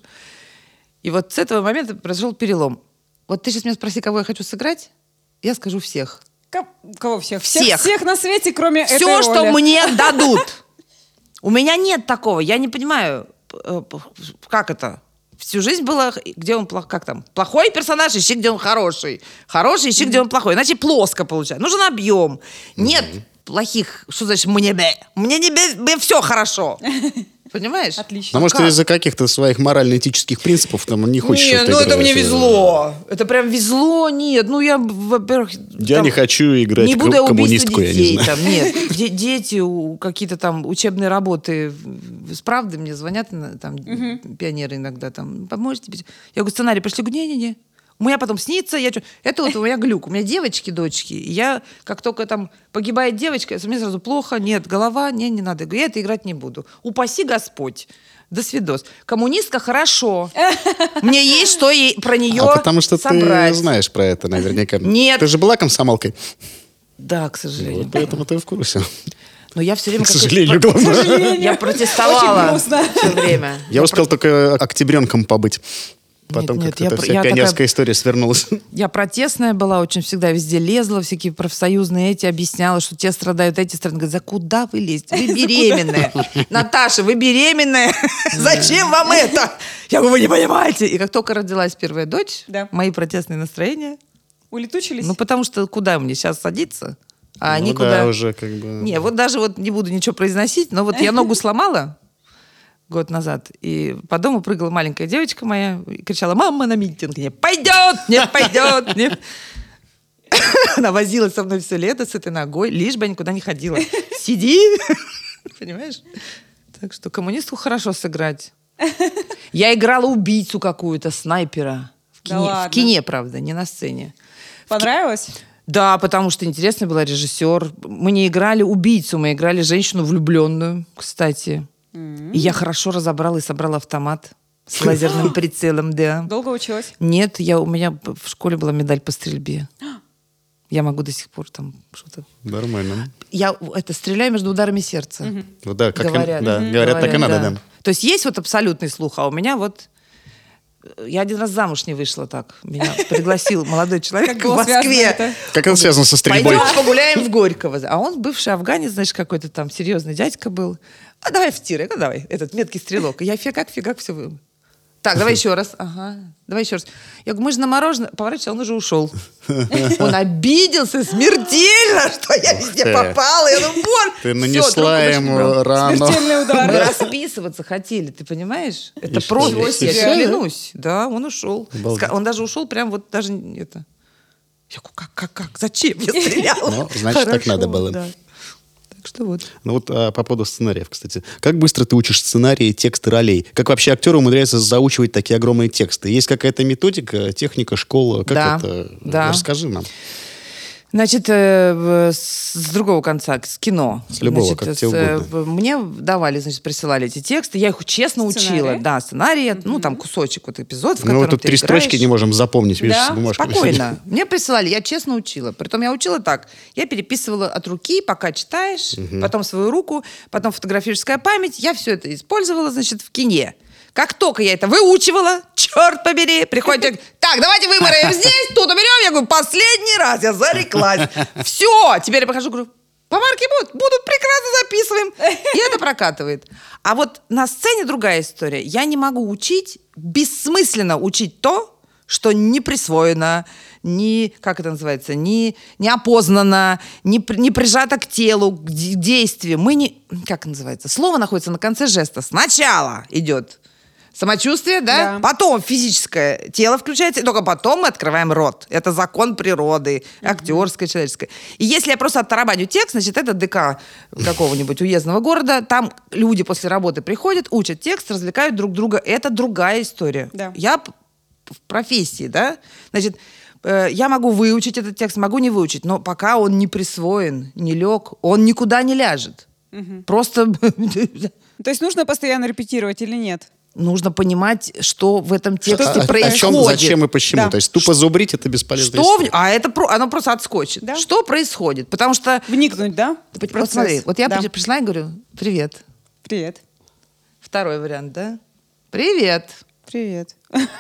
и вот с этого момента произошел перелом. Вот ты сейчас меня спроси, кого я хочу сыграть, я скажу всех. Кого всех? Всех. Всех на свете, кроме этой Все, что роли. мне дадут. У меня нет такого. Я не понимаю, как это. Всю жизнь было, где он как там, плохой персонаж, ищи, где он хороший. Хороший, ищи, где он плохой. Иначе плоско получается. Нужен объем. Нет плохих, что значит мне не все хорошо. Понимаешь? Отлично. А может, Как? из-за каких-то своих морально-этических принципов там не хочешь Не, что-то ну это играть? мне везло. Это прям везло. Нет, ну я, во-первых... Я там не хочу играть не буду я убийство коммунистку, я не детей. знаю. Там, нет, дети, какие-то там учебные работы с правды мне звонят, там, пионеры иногда, там, поможете? Я говорю, сценарий пришли, говорю, не-не-не. У меня потом снится, это вот у меня глюк. У меня девочки, дочки. И я, как только там погибает девочка, мне сразу плохо, нет, голова, не надо. Я говорю, я это играть не буду. Упаси Господь. До свидос. Коммунистка хорошо. Мне есть что про нее А потому что собрать. ты знаешь про это наверняка. Нет. Ты же была комсомолкой. Да, к сожалению. Вот поэтому ты в курсе. Но я все время... К сожалению, главное. Я протестовала Очень грустно. все время. Я успел только октябренком побыть. Потом нет, как-то эта вся я пионерская такая- история свернулась. Я протестная была, очень всегда везде лезла, всякие профсоюзные эти, объясняла, что те страдают, эти страдают. Говорят, за куда вы лезете? Вы беременная. Наташа, вы беременная? Зачем вам это? Я говорю, вы не понимаете. И как только родилась первая дочь, Да. мои протестные настроения, Улетучились? ну потому что куда мне сейчас садиться? А они Ну куда? да, уже как бы... Не, вот даже вот не буду ничего произносить, но вот я ногу сломала год назад, и по дому прыгала маленькая девочка моя и кричала, мама на митинг, не пойдет, не пойдет, не. Она возилась со мной все лето с этой ногой, лишь бы я никуда не ходила. Сиди, понимаешь? Так что коммунистку хорошо сыграть. Я играла убийцу какую-то, снайпера. Да ладно? В кине, правда, не на сцене. Понравилось? Да, потому что интересный был режиссер. Мы не играли убийцу, мы играли женщину влюбленную, кстати. И я хорошо разобрала и собрала автомат с лазерным прицелом, да. Долго училась? Нет, у меня в школе была медаль по стрельбе. Я могу до сих пор там что-то... Нормально. Я стреляю между ударами сердца. Ну да, как Говорят. говорят, так и надо, да. То есть есть вот абсолютный слух, а у меня вот... Я один раз замуж не вышла так. Меня пригласил молодой человек Как в было связано Москве. это? Как это связано со стрельбой? Пойдем погуляем в Горьково. А он бывший афганец, знаешь, какой-то там серьезный дядька был. А давай в тир, давай, этот меткий стрелок. И я фигак все. Так, давай еще раз. Ага, давай еще раз. Я говорю, мы же на мороженое. Поворачивайся, он уже ушел. Он обиделся смертельно, что я везде ты. попала. Я думаю, Ты нанесла ему рану. Смертельный удар. мы расписываться хотели, ты понимаешь? Это Ничего пропасть, я себе. тебе клянусь. Да, он ушел. Обалдеть. Он даже ушел прям вот даже это... Я говорю, как? Зачем я стреляла? Ну, значит, так Хорошо, надо было. да. Так что вот. Ну вот по поводу сценариев, кстати. Как быстро ты учишь сценарии, тексты ролей? Как вообще актеры умудряются заучивать такие огромные тексты? Есть какая-то методика, техника, школа? Как Да, это? да. Расскажи нам. Значит, с другого конца, с кино. С любого, Значит, как тебе угодно. Мне давали, значит, присылали эти тексты. Я их честно учила. Да, сценарий, ну, там кусочек, вот эпизод, в Ну, котором вот тут ты 3 играешь. строчки не можем запомнить, видишь, Да, с бумажками. Спокойно. Мне присылали, я честно учила. Притом я учила так. Я переписывала от руки, пока читаешь, потом свою руку, потом фотографическая память. Я все это использовала, значит, в кине. Как только я это выучивала, черт побери, приходит, так, давайте вымараем здесь, тут уберем. Я говорю, последний раз, я зареклась. Все, теперь я прохожу, говорю, помарки будут, прекрасно записываем. И это прокатывает. А вот на сцене другая история. Я не могу учить, бессмысленно учить то, что не присвоено, не, как это называется, не опознано, не прижато к телу, к действию. Мы не, как это называется, слово находится на конце жеста. Сначала идет самочувствие, да? Потом физическое тело включается, и только потом мы открываем рот. Это закон природы, актерское, человеческое. И если я просто оттарабаню текст, значит, это ДК какого-нибудь уездного города, там люди после работы приходят, учат текст, развлекают друг друга. Это другая история. Да. Я в профессии, да? Значит, я могу выучить этот текст, могу не выучить, но пока он не присвоен, не лег, он никуда не ляжет. Просто То есть нужно постоянно репетировать или нет? нужно понимать, что в этом тексте О происходит. чем, зачем и почему. Да. То есть тупо зубрить — это бесполезно. А это оно просто отскочит. Да. Что происходит? Потому что... Вникнуть, да? в Вот процесс? смотри, вот я Да. пришла и говорю, привет. Привет. Второй вариант, да? Привет. Привет.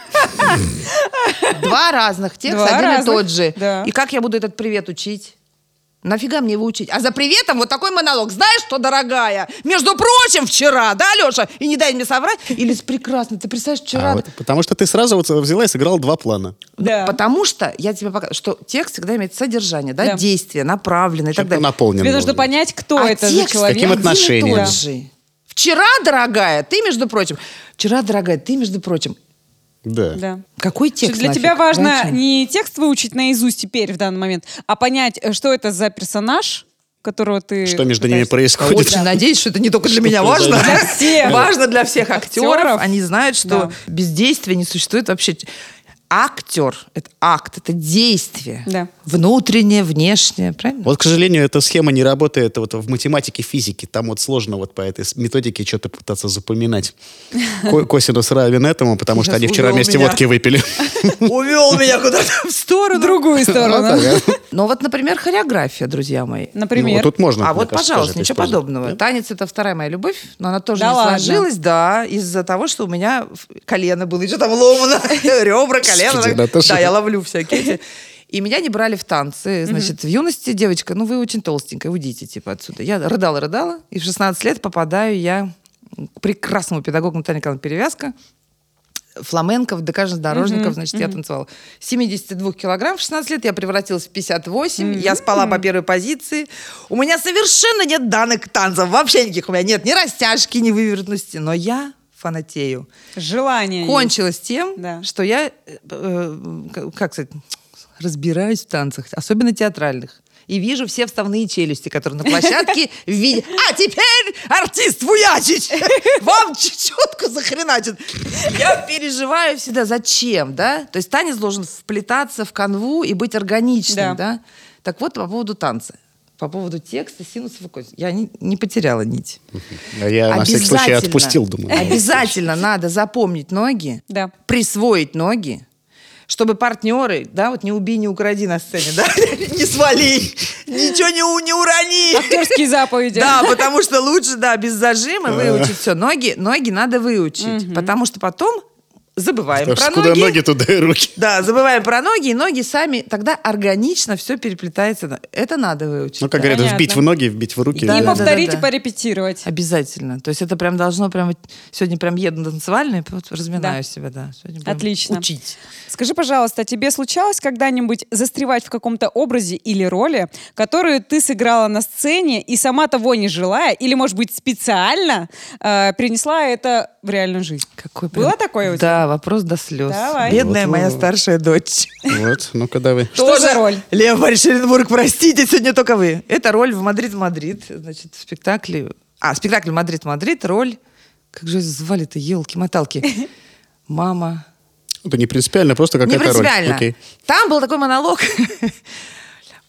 Два разных текста, Два один и разных, тот же. да. И как я буду этот привет учить? Нафига мне его учить? А за приветом вот такой монолог. Знаешь что, дорогая? Между прочим, вчера, да, Леша? И не дай мне соврать. Или прекрасно, ты представляешь, вчера... Потому что ты сразу вот взяла и сыграла 2 плана. Да. Потому что я тебе показываю, что текст всегда имеет содержание, да, Да. действие, направленное и так Чем-то далее. наполнен. Тебе нужно должен. понять, кто А это за текст человек. каким один и отношением? тот Да. же. Вчера, дорогая, ты, между прочим. Вчера, дорогая, ты, между прочим. Да. Да. Какой Что текст для нафиг? тебя важно Зачем? не текст выучить наизусть теперь, в данный момент, а понять, что это за персонаж, которого ты... Что между ними пытаешься- происходит. Очень надеюсь, что это не только для меня Что-то, важно. да. Для всех. Важно для всех актеров. Актеров. Они знают, что Да. без действия не существует вообще... Актер — это акт, это действие. Да. Внутреннее, внешнее, правильно? Вот, к сожалению, эта схема не работает вот в математике, физике. Там вот сложно вот по этой методике что-то пытаться запоминать. Косинус равен этому, потому что Сейчас они вчера увел вместе меня. водки выпили. Увел меня куда-то в В сторону. другую сторону. Но вот, например, хореография, друзья мои. Ну, Например. вот тут можно. А мне вот, кажется, пожалуйста, тоже это ничего использовать. подобного. Да? Танец — это вторая моя любовь, но она тоже Да не ладно? сложилась, да, из-за того, что у меня колено было, и что там ломано, ребра, колено. Господи, Наташа. Да, я ловлю всякие эти. И меня не брали в танцы. Значит, в юности девочка, ну вы очень толстенькая, уйдите типа отсюда. Я рыдала, и в 16 лет попадаю я к прекрасному педагогу Наталье Николаевне Перевязка, фламенко, ДК железнодорожников, значит, я танцевала. 72 килограмм в 16 лет я превратилась в 58, я спала по первой позиции. У меня совершенно нет данных к танцам, вообще никаких у меня нет, ни растяжки, ни вывернутости, но я фанатею. Желание. есть. Кончилось тем, Да. что я, как сказать, разбираюсь в танцах, особенно театральных. И вижу все вставные челюсти, которые на площадке в виде... А теперь артист Вуячич вам четко захреначит. Я переживаю всегда, зачем, да? То есть танец должен вплетаться в канву и быть органичным, Да. да? Так вот, по поводу танца. По поводу текста, синусов и косинусов. Я не потеряла нить. А я на всякий случай Обязательно- отпустил, думаю. Обязательно надо запомнить ноги, Да. присвоить ноги, чтобы партнеры, да, вот не убей, не укради на сцене, да, не свали, ничего не урони. Актерские заповеди. Да, потому что лучше, да, без зажима выучить все. Ноги надо выучить, потому что потом забываем Потому про что куда ноги. ноги, туда и руки. Да, забываем про ноги, и ноги сами, тогда органично все переплетается. Это надо выучить. Ну, как да. говорят, Понятно. вбить в ноги, вбить в руки. Да, И да, повторить, да. и порепетировать. Обязательно. То есть это прям должно прям... Сегодня прям еду на танцевальный, вот разминаю Да. себя, да. Сегодня прям Отлично. Учить. Скажи, пожалуйста, тебе случалось когда-нибудь застревать в каком-то образе или роли, которую ты сыграла на сцене и сама того не желая, или, может быть, специально перенесла это в реальную жизнь? Какой Было такое у тебя? Да, вопрос до слез. Давай. Бедная Вот, моя вот. старшая дочь. Вот, ну-ка давай. Что за роль? Лев Борисович Шеренбург, простите, сегодня только вы. Это роль в «Мадрид-Мадрид», значит, в спектакле... спектакль «Мадрид-Мадрид», роль... Как же звали-то, елки-моталки? Мама... Это не принципиально, просто Не какая-то роль. принципиально. Окей. Там был такой монолог.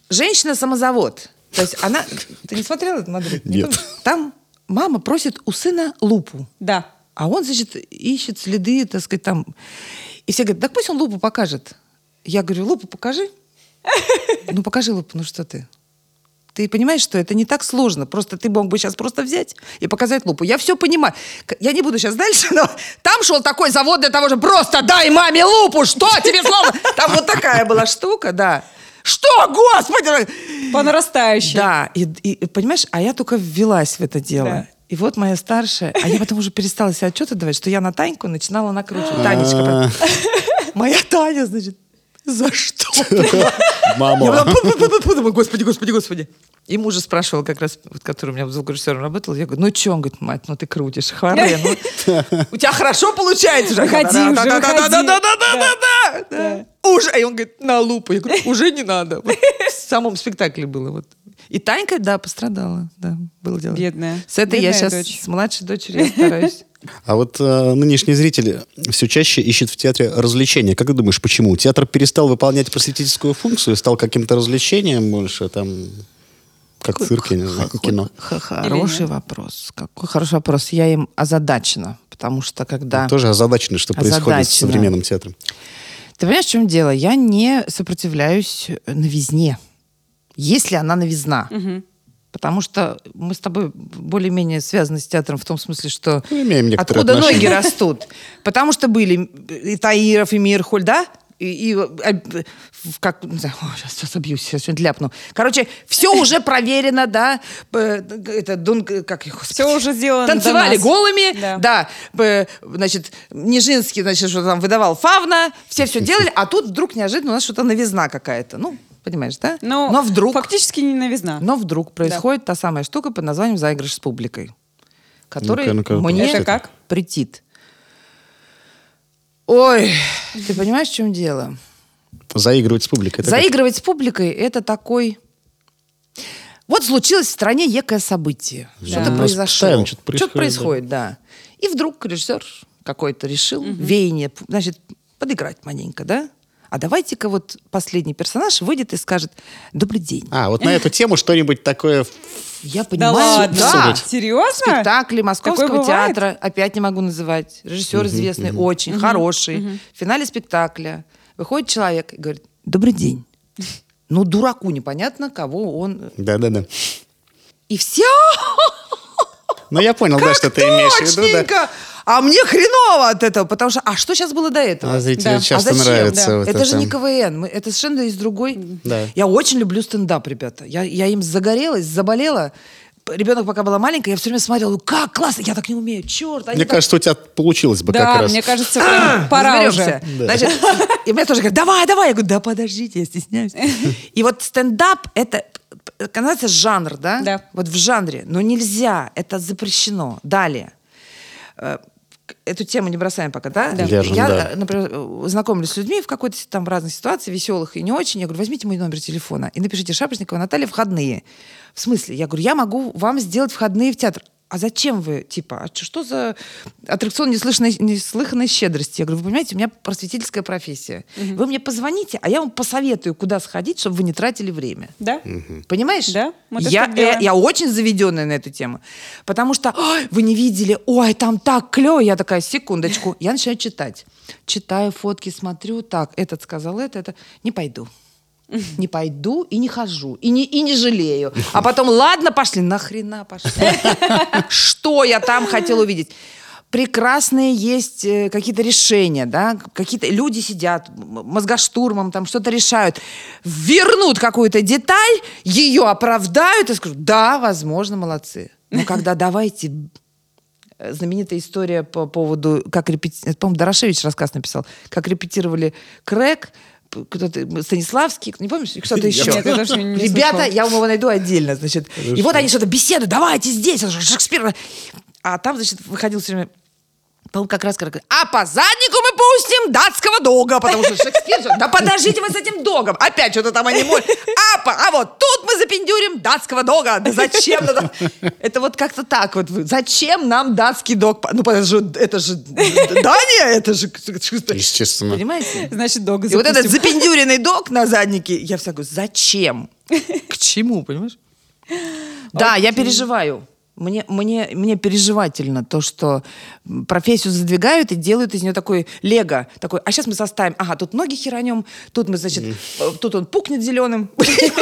женщина-самозавод. То есть она... Ты не смотрела этот Мадрид? Нет. Помнишь? Там мама просит у сына лупу. Да. А он, значит, ищет следы, так сказать, там. И все говорят, да пусть он лупу покажет. Я говорю, лупу покажи. Ну, покажи лупу, ну что ты? Ты понимаешь, что это не так сложно. Просто ты мог бы сейчас просто взять и показать лупу. Я все понимаю. Я не буду сейчас дальше, но там шел такой завод для того, чтобы просто дай маме лупу, что тебе словно? Там вот такая была штука, да. Что, господи! По нарастающей. Да, и понимаешь, а я только ввелась в это дело. Да. И вот моя старшая, а я потом уже перестала себе отчет отдавать, что я на Таньку начинала накручивать. Танечка. Моя Таня, значит, за что? Я Мама. потом, думаю, господи. И мужа спрашивал как раз, вот, который у меня звукорежиссером работал, я говорю, ну что? Он говорит, мать, ну ты крутишь, хвары, ну у тебя хорошо получается. Выходи уже, выходи. Да. Уже. И он говорит, на лупу. Я говорю, уже не надо. Вот в самом спектакле было. Вот. И Танька, да, пострадала. Да, было дело. Бедная. С этой я Бедная сейчас, дочь. с младшей дочерью я стараюсь. А вот нынешний зритель все чаще ищет в театре развлечения. Как ты думаешь, почему? Театр перестал выполнять просветительскую функцию, стал каким-то развлечением больше, там, как цирк, я не знаю, кино? Хороший вопрос. Какой хороший вопрос. Я им озадачена. Потому что когда... Тоже озадачены, что происходит с Озадачена. современным театром. Ты понимаешь, в чем дело? Я не сопротивляюсь новизне, если она новизна. Потому что мы с тобой более-менее связаны с театром в том смысле, что Мы имеем некоторые откуда ноги отношения. растут. Потому что были и Таиров, и Мирхоль, да? Как, не знаю, сейчас собьюсь, сейчас что-нибудь ляпну. Короче, все уже проверено, да. Как их, господи. Все уже сделано до Танцевали нас. голыми, Да. значит, Нижинский, значит, что там выдавал фавна, все делали, а тут вдруг неожиданно у нас что-то новизна какая-то. Ну, понимаешь, да? Но вдруг... Фактически не новизна. Но вдруг происходит та самая штука под названием «Заигрыш с публикой», который Ну-ка, мне это как? претит. Ой, ты понимаешь, в чем дело? Заигрывать с публикой. это как? Заигрывать с публикой – это такой... Вот случилось в стране некое событие. Да. Что-то У нас произошло. постоянно что-то Что-то происходит, происходит, да. И вдруг режиссер какой-то решил веяние, значит, подыграть маленько, да? А давайте-ка вот последний персонаж выйдет и скажет «Добрый день». А, вот на эту тему что-нибудь такое... Я Да понимаю, ладно? да. Серьезно? Спектакли Московского Такое бывает? театра, опять не могу называть. Режиссер известный, очень хороший. В финале спектакля выходит человек и говорит: «Добрый день». Ну, дураку непонятно, кого он... Да-да-да. И все... Ну, я понял, да, что ты имеешь в виду, да. Точненько! А мне хреново от этого, потому что... А что сейчас было до этого? А зрителям Да. часто А зачем? нравится. Да. вот Это же не КВН, это совершенно из другой... Да. Я очень люблю стендап, ребята. Я им загорелась, заболела. Ребенок пока была маленькая, я все время смотрела, ну как классно, я так не умею, черт. Мне кажется, у тебя получилось бы как Да, раз. мне кажется, прям пора разберемся. уже. Значит, и мне тоже говорят, давай. Я говорю, да подождите, я стесняюсь. И вот стендап — это, называется, жанр, да? Да. Вот в жанре. Но нельзя, это запрещено. Далее. Эту тему не бросаем пока, да? Да. Держим, Я, да. например, знакомлюсь с людьми в какой-то там разной ситуации, веселых и не очень. Я говорю, возьмите мой номер телефона и напишите: Шапошникова Наталья, входные. В смысле? Я говорю, я могу вам сделать входные в театр. А зачем вы, типа, что за аттракцион неслыханной щедрости? Я говорю, вы понимаете, у меня просветительская профессия. Вы мне позвоните, а я вам посоветую, куда сходить, чтобы вы не тратили время. Да? Понимаешь? Да, мы тоже я, так делаем. я очень заведенная на эту тему. Потому что, «Ой, вы не видели, ой, там так клево». Я такая, секундочку. Я начинаю читать. Читаю фотки, смотрю, так, этот сказал это. Не пойду. Не пойду и не хожу. И не жалею. А потом, ладно, пошли. Нахрена пошли? Что я там хотела увидеть? Прекрасные есть какие-то решения, да? Какие-то люди сидят мозгоштурмом, там что-то решают. Вернут какую-то деталь, ее оправдают и скажут, да, возможно, молодцы. Но когда давайте... Знаменитая история по поводу, как по-моему, Дорошевич рассказ написал, как репетировали Крэк, кто-то, Станиславский, не помнишь, кто-то еще. Нет, я тоже не Ребята, слышала. я вам его найду отдельно, значит. И вот они что-то беседуют, давайте здесь, Шекспир. А там, значит, выходил все время, по-моему, как раз а по заднику мы пустим датского дога, потому что Шекспир... Да подождите вы с этим догом. Опять что-то там они молят. А вот тут мы запендюрим датского дога. Да зачем? Это вот как-то так вот. Зачем нам датский дог? Ну, это же Дания, это же... Естественно. Понимаете? Значит, долго И вот этот запустим. запендюренный дог на заднике, я всякую, зачем? К чему, понимаешь? Да, я переживаю. Мне переживательно то, что профессию задвигают и делают из нее такой лего. Такой, а сейчас мы составим, ага, тут ноги херанем, тут мы, значит, тут он пукнет зеленым.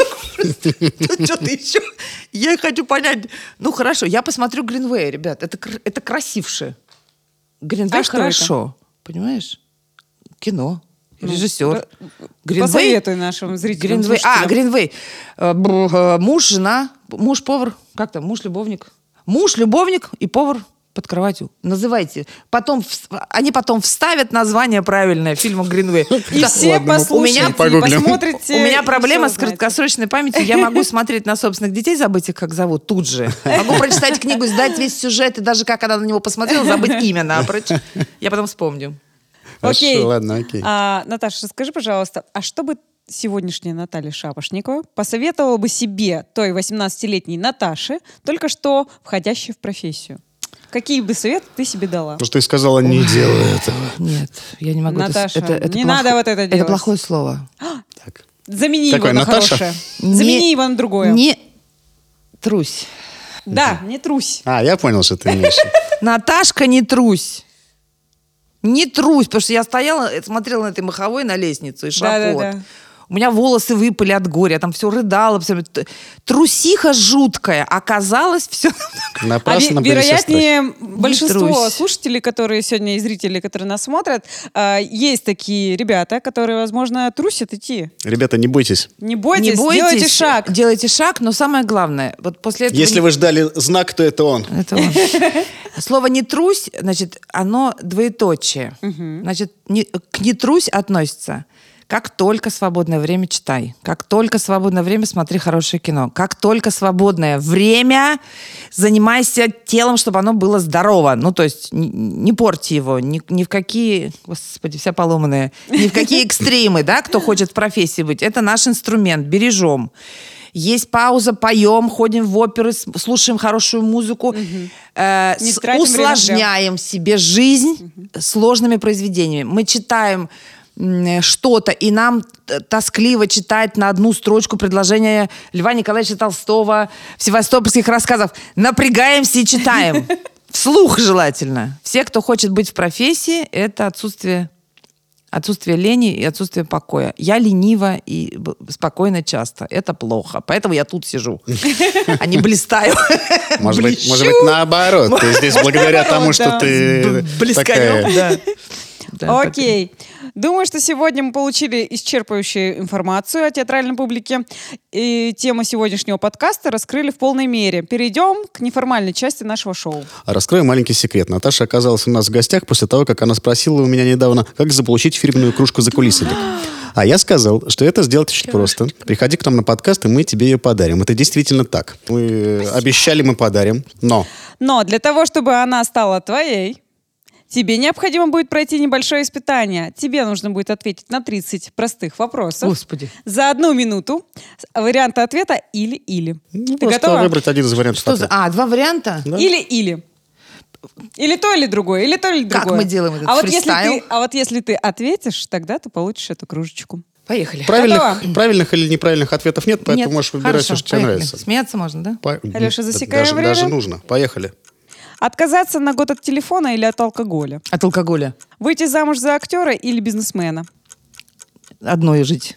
Тут что-то еще. Я хочу понять. Ну, хорошо, я посмотрю Гринвей, ребят. Это красивше. Гринвей хорошо. Понимаешь? Кино. Режиссер. Посоветуй нашим зрителям. Гринвей. Муж, жена, муж-повар. Как там? Муж-любовник. Муж-любовник и повар под кроватью. Называйте. Они потом вставят название правильное фильма «Гринвей». И все послушайте, посмотрите. У меня проблема с краткосрочной памятью. Я могу смотреть на собственных детей, забыть их, как зовут, тут же. Могу прочитать книгу, сдать весь сюжет, и даже как она на него посмотрела, забыть имя напрочь. Я потом вспомню. Окей. Ладно, окей. Наташа, скажи, пожалуйста, а что бы сегодняшняя Наталья Шапошникова посоветовала бы себе, той 18-летней Наташе, только что входящей в профессию? Какие бы советы ты себе дала? Потому что ты сказала, не делай этого. Нет, я не могу. Наташа, не надо вот это делать. Это плохое слово. Так. Замени его Какое, на Наташа? хорошее. Замени его на другое. Не трусь. Да, не трусь. Я понял, что ты имеешь. Наташка, не трусь. Не трусь, потому что я стояла, смотрела на этой маховой на лестницу и шахот. Да. У меня волосы выпали от горя, я там все рыдала. Трусиха жуткая. Оказалось, все... Напрасно были все страхи. Вероятнее, большинство трусь. слушателей, которые сегодня и зрители, которые нас смотрят, есть такие ребята, которые, возможно, трусят идти. Ребята, не бойтесь. Не бойтесь, делайте шаг. Делайте шаг, но самое главное, вот после этого... Если вы ждали знак, то это он. Это он. Слово «не трусь», значит, оно двоеточие. Значит, к «не трусь» относится: как только свободное время читай, как только свободное время смотри хорошее кино, как только свободное время занимайся телом, чтобы оно было здорово. Ну, то есть не порти его, ни в какие, господи, вся поломанная, ни в какие экстримы, да, кто хочет в профессии быть. Это наш инструмент, бережем. Есть пауза, поем, ходим в оперы, слушаем хорошую музыку, усложняем себе жизнь сложными произведениями. Мы читаем что-то, и нам тоскливо читать на одну строчку предложения Льва Николаевича Толстого в севастопольских рассказах. Напрягаемся и читаем. Вслух желательно. Все, кто хочет быть в профессии, это отсутствие лени и отсутствие покоя. Я ленива и спокойно часто. Это плохо. Поэтому я тут сижу. А не блистаю. Может быть, наоборот. Ты здесь благодаря тому, что ты такая... Окей. Думаю, что сегодня мы получили исчерпывающую информацию о театральной публике. И тему сегодняшнего подкаста раскрыли в полной мере. Перейдем к неформальной части нашего шоу. Раскрою маленький секрет. Наташа оказалась у нас в гостях после того, как она спросила у меня недавно, как заполучить фирменную кружку за кулисами. А я сказал, что это сделать очень просто. Приходи к нам на подкаст, и мы тебе ее подарим. Это действительно так. Мы обещали, мы подарим. Но для того, чтобы она стала твоей, тебе необходимо будет пройти небольшое испытание. Тебе нужно будет ответить на 30 простых вопросов. Господи. За 1 минуту. Варианты ответа или-или. Ты просто готова? выбрать один из вариантов. Что за... 2 варианта? Да. Или-или. Или то, или другое. Или то, или другое. Как мы делаем этот фристайл? Вот если ты ответишь, тогда ты получишь эту кружечку. Поехали. Правильных или неправильных ответов нет, поэтому можешь выбирать все, что тебе нравится. Смеяться можно, да? Алеша, засекаем время. Даже нужно. Поехали. Отказаться на год от телефона или от алкоголя? От алкоголя. Выйти замуж за актера или бизнесмена? Одной жить.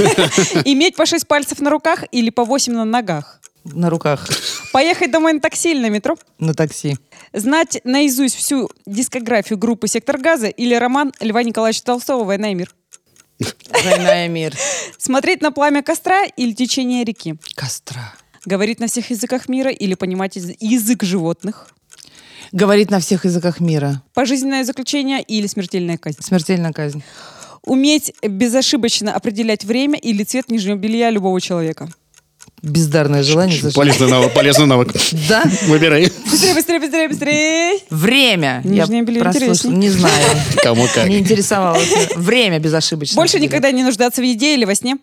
Иметь по 6 пальцев на руках или по 8 на ногах? На руках. Поехать домой на такси или на метро? На такси. Знать наизусть всю дискографию группы «Сектор газа» или роман Льва Николаевича Толстого «Война и мир»? «Война и мир». Смотреть на пламя костра или течение реки? Костра. Говорить на всех языках мира или понимать язык животных? Говорить на всех языках мира. Пожизненное заключение или смертельная казнь? Смертельная казнь. Уметь безошибочно определять время или цвет нижнего белья любого человека? Бездарное желание. Полезный навык. Да? Выбирай. Быстрее! Время. Нижнее белье интереснее. Не знаю. Кому как. Не интересовалась. Время безошибочно. Больше никогда не нуждаться в еде или во сне?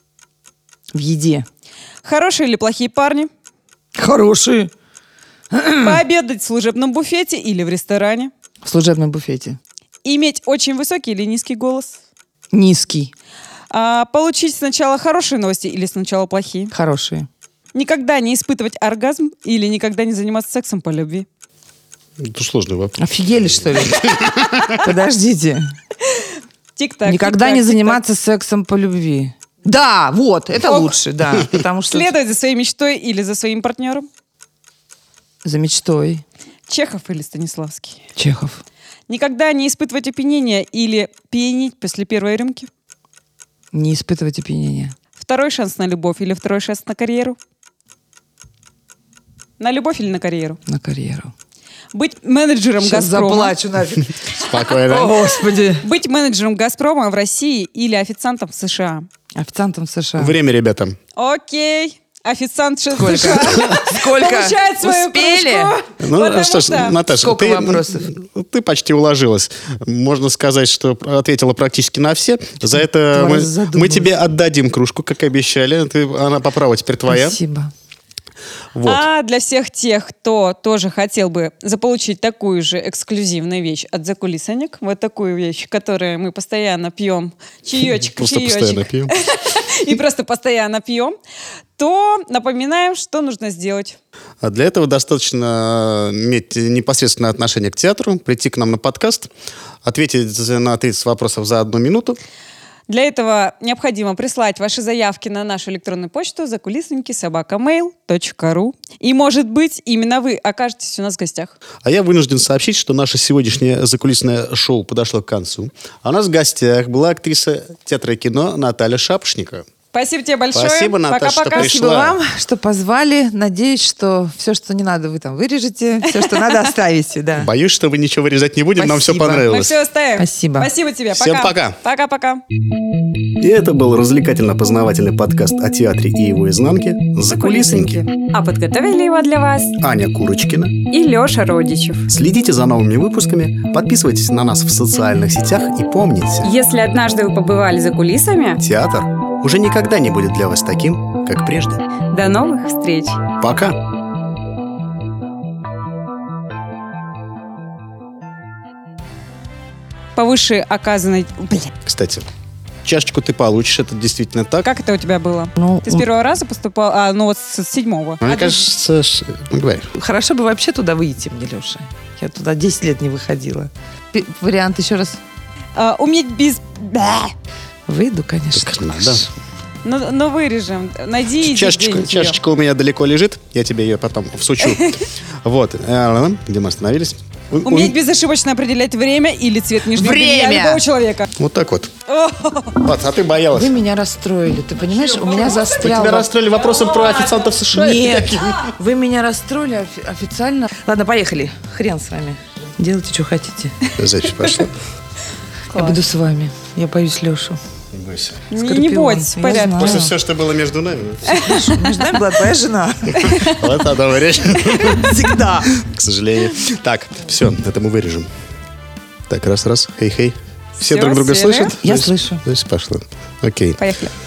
В еде. Хорошие или плохие парни? Хорошие. Пообедать в служебном буфете или в ресторане? В служебном буфете. Иметь очень высокий или низкий голос? Низкий. Получить сначала хорошие новости или сначала плохие? Хорошие. Никогда не испытывать оргазм или никогда не заниматься сексом по любви? Это сложный вопрос. Офигели, что ли? Подождите. Тик-так. Никогда тик-так, не тик-так. заниматься сексом по любви. Да, вот, это Ок. лучше, да. Потому что Следовать за своей мечтой или за своим партнером? за мечтой. Чехов или Станиславский? Чехов. Никогда не испытывать опьянения или пьянить после первой рюмки? Не испытывать опьянения. Второй шанс на любовь или второй шанс на карьеру? На любовь или на карьеру? На карьеру. Быть менеджером Сейчас «Газпрома». заплачу нафиг. Спокойно. О, Господи. Быть менеджером «Газпрома» в России или официантом в США? Официантом в США. Время, ребята. Окей. Официант в Сколько? США Сколько? получает свою Успели? кружку. Ну потому что ж, что- Наташа, Сколько ты, вопросов? ты почти уложилась. Можно сказать, что ответила практически на все. За это Два мы, раза задумалась. тебе отдадим кружку, как обещали. Она по праву теперь твоя. Спасибо. Вот. А для всех тех, кто тоже хотел бы заполучить такую же эксклюзивную вещь от «Закулисанек», вот такую вещь, которую мы постоянно пьем, чаечек, Просто постоянно пьем. и просто постоянно пьем, то напоминаем, что нужно сделать. А для этого достаточно иметь непосредственное отношение к театру, прийти к нам на подкаст, ответить на 30 вопросов за 1 минуту. Для этого необходимо прислать ваши заявки на нашу электронную почту закулисники@mail.ru. И, может быть, именно вы окажетесь у нас в гостях. А я вынужден сообщить, что наше сегодняшнее закулисное шоу подошло к концу. А у нас в гостях была актриса театра и кино Наталья Шапошникова. Спасибо тебе большое. Спасибо, Наташа, что Пока-пока. пришла. Спасибо вам, что позвали. Надеюсь, что все, что не надо, вы там вырежете. Все, что надо, оставите. Да. Боюсь, что вы ничего вырезать не будем, нам все Спасибо. Мы понравилось. все оставим. Спасибо. Спасибо тебе. Всем пока. Пока-пока. И это был развлекательно-познавательный подкаст о театре и его изнанке «Закулисники». А подготовили его для вас Аня Курочкина. и Леша Родичев. Следите за новыми выпусками, подписывайтесь на нас в социальных сетях и помните, Если однажды вы побывали за кулисами, театр уже никогда не будет для вас таким, как прежде. до новых встреч. Пока! Повыше оказанной... Кстати, чашечку ты получишь, это действительно так. Как это у тебя было? Ну, Ты с первого раза поступал? А, ну вот с 7-го. Мне А ты- кажется, ну, говори. хорошо бы вообще туда выйти мне, Леша. Я туда 10 лет не выходила. Вариант еще раз. Уметь без... Бэ. Выйду, конечно. Так надо. Но вырежем. Найди Чашечка у меня далеко лежит, я тебе ее потом всучу. Вот, где мы остановились? Уметь безошибочно определять время или цвет нижнего Время! белья любого человека. Вот так вот. Вот, а ты боялась. Вы меня расстроили, ты понимаешь? У меня Вы застрял... тебя расстроили вопросом про официантов США? Нет, вы меня расстроили официально. Ладно, поехали. Хрен с вами. Делайте, что хотите. Запись пошла. Я буду с вами. Я боюсь Лешу. Не бойся. Не Скорпион, бойтесь, в я порядке. знаю. После все, что было между нами. Между нами была твоя жена. Вот она речь. Всегда. К сожалению. Так, все, это мы вырежем. Так, раз. Хей-хей. Все Всё, друг друга сели. слышат? Я Значит, слышу. Значит, пошло. Окей. Поехали.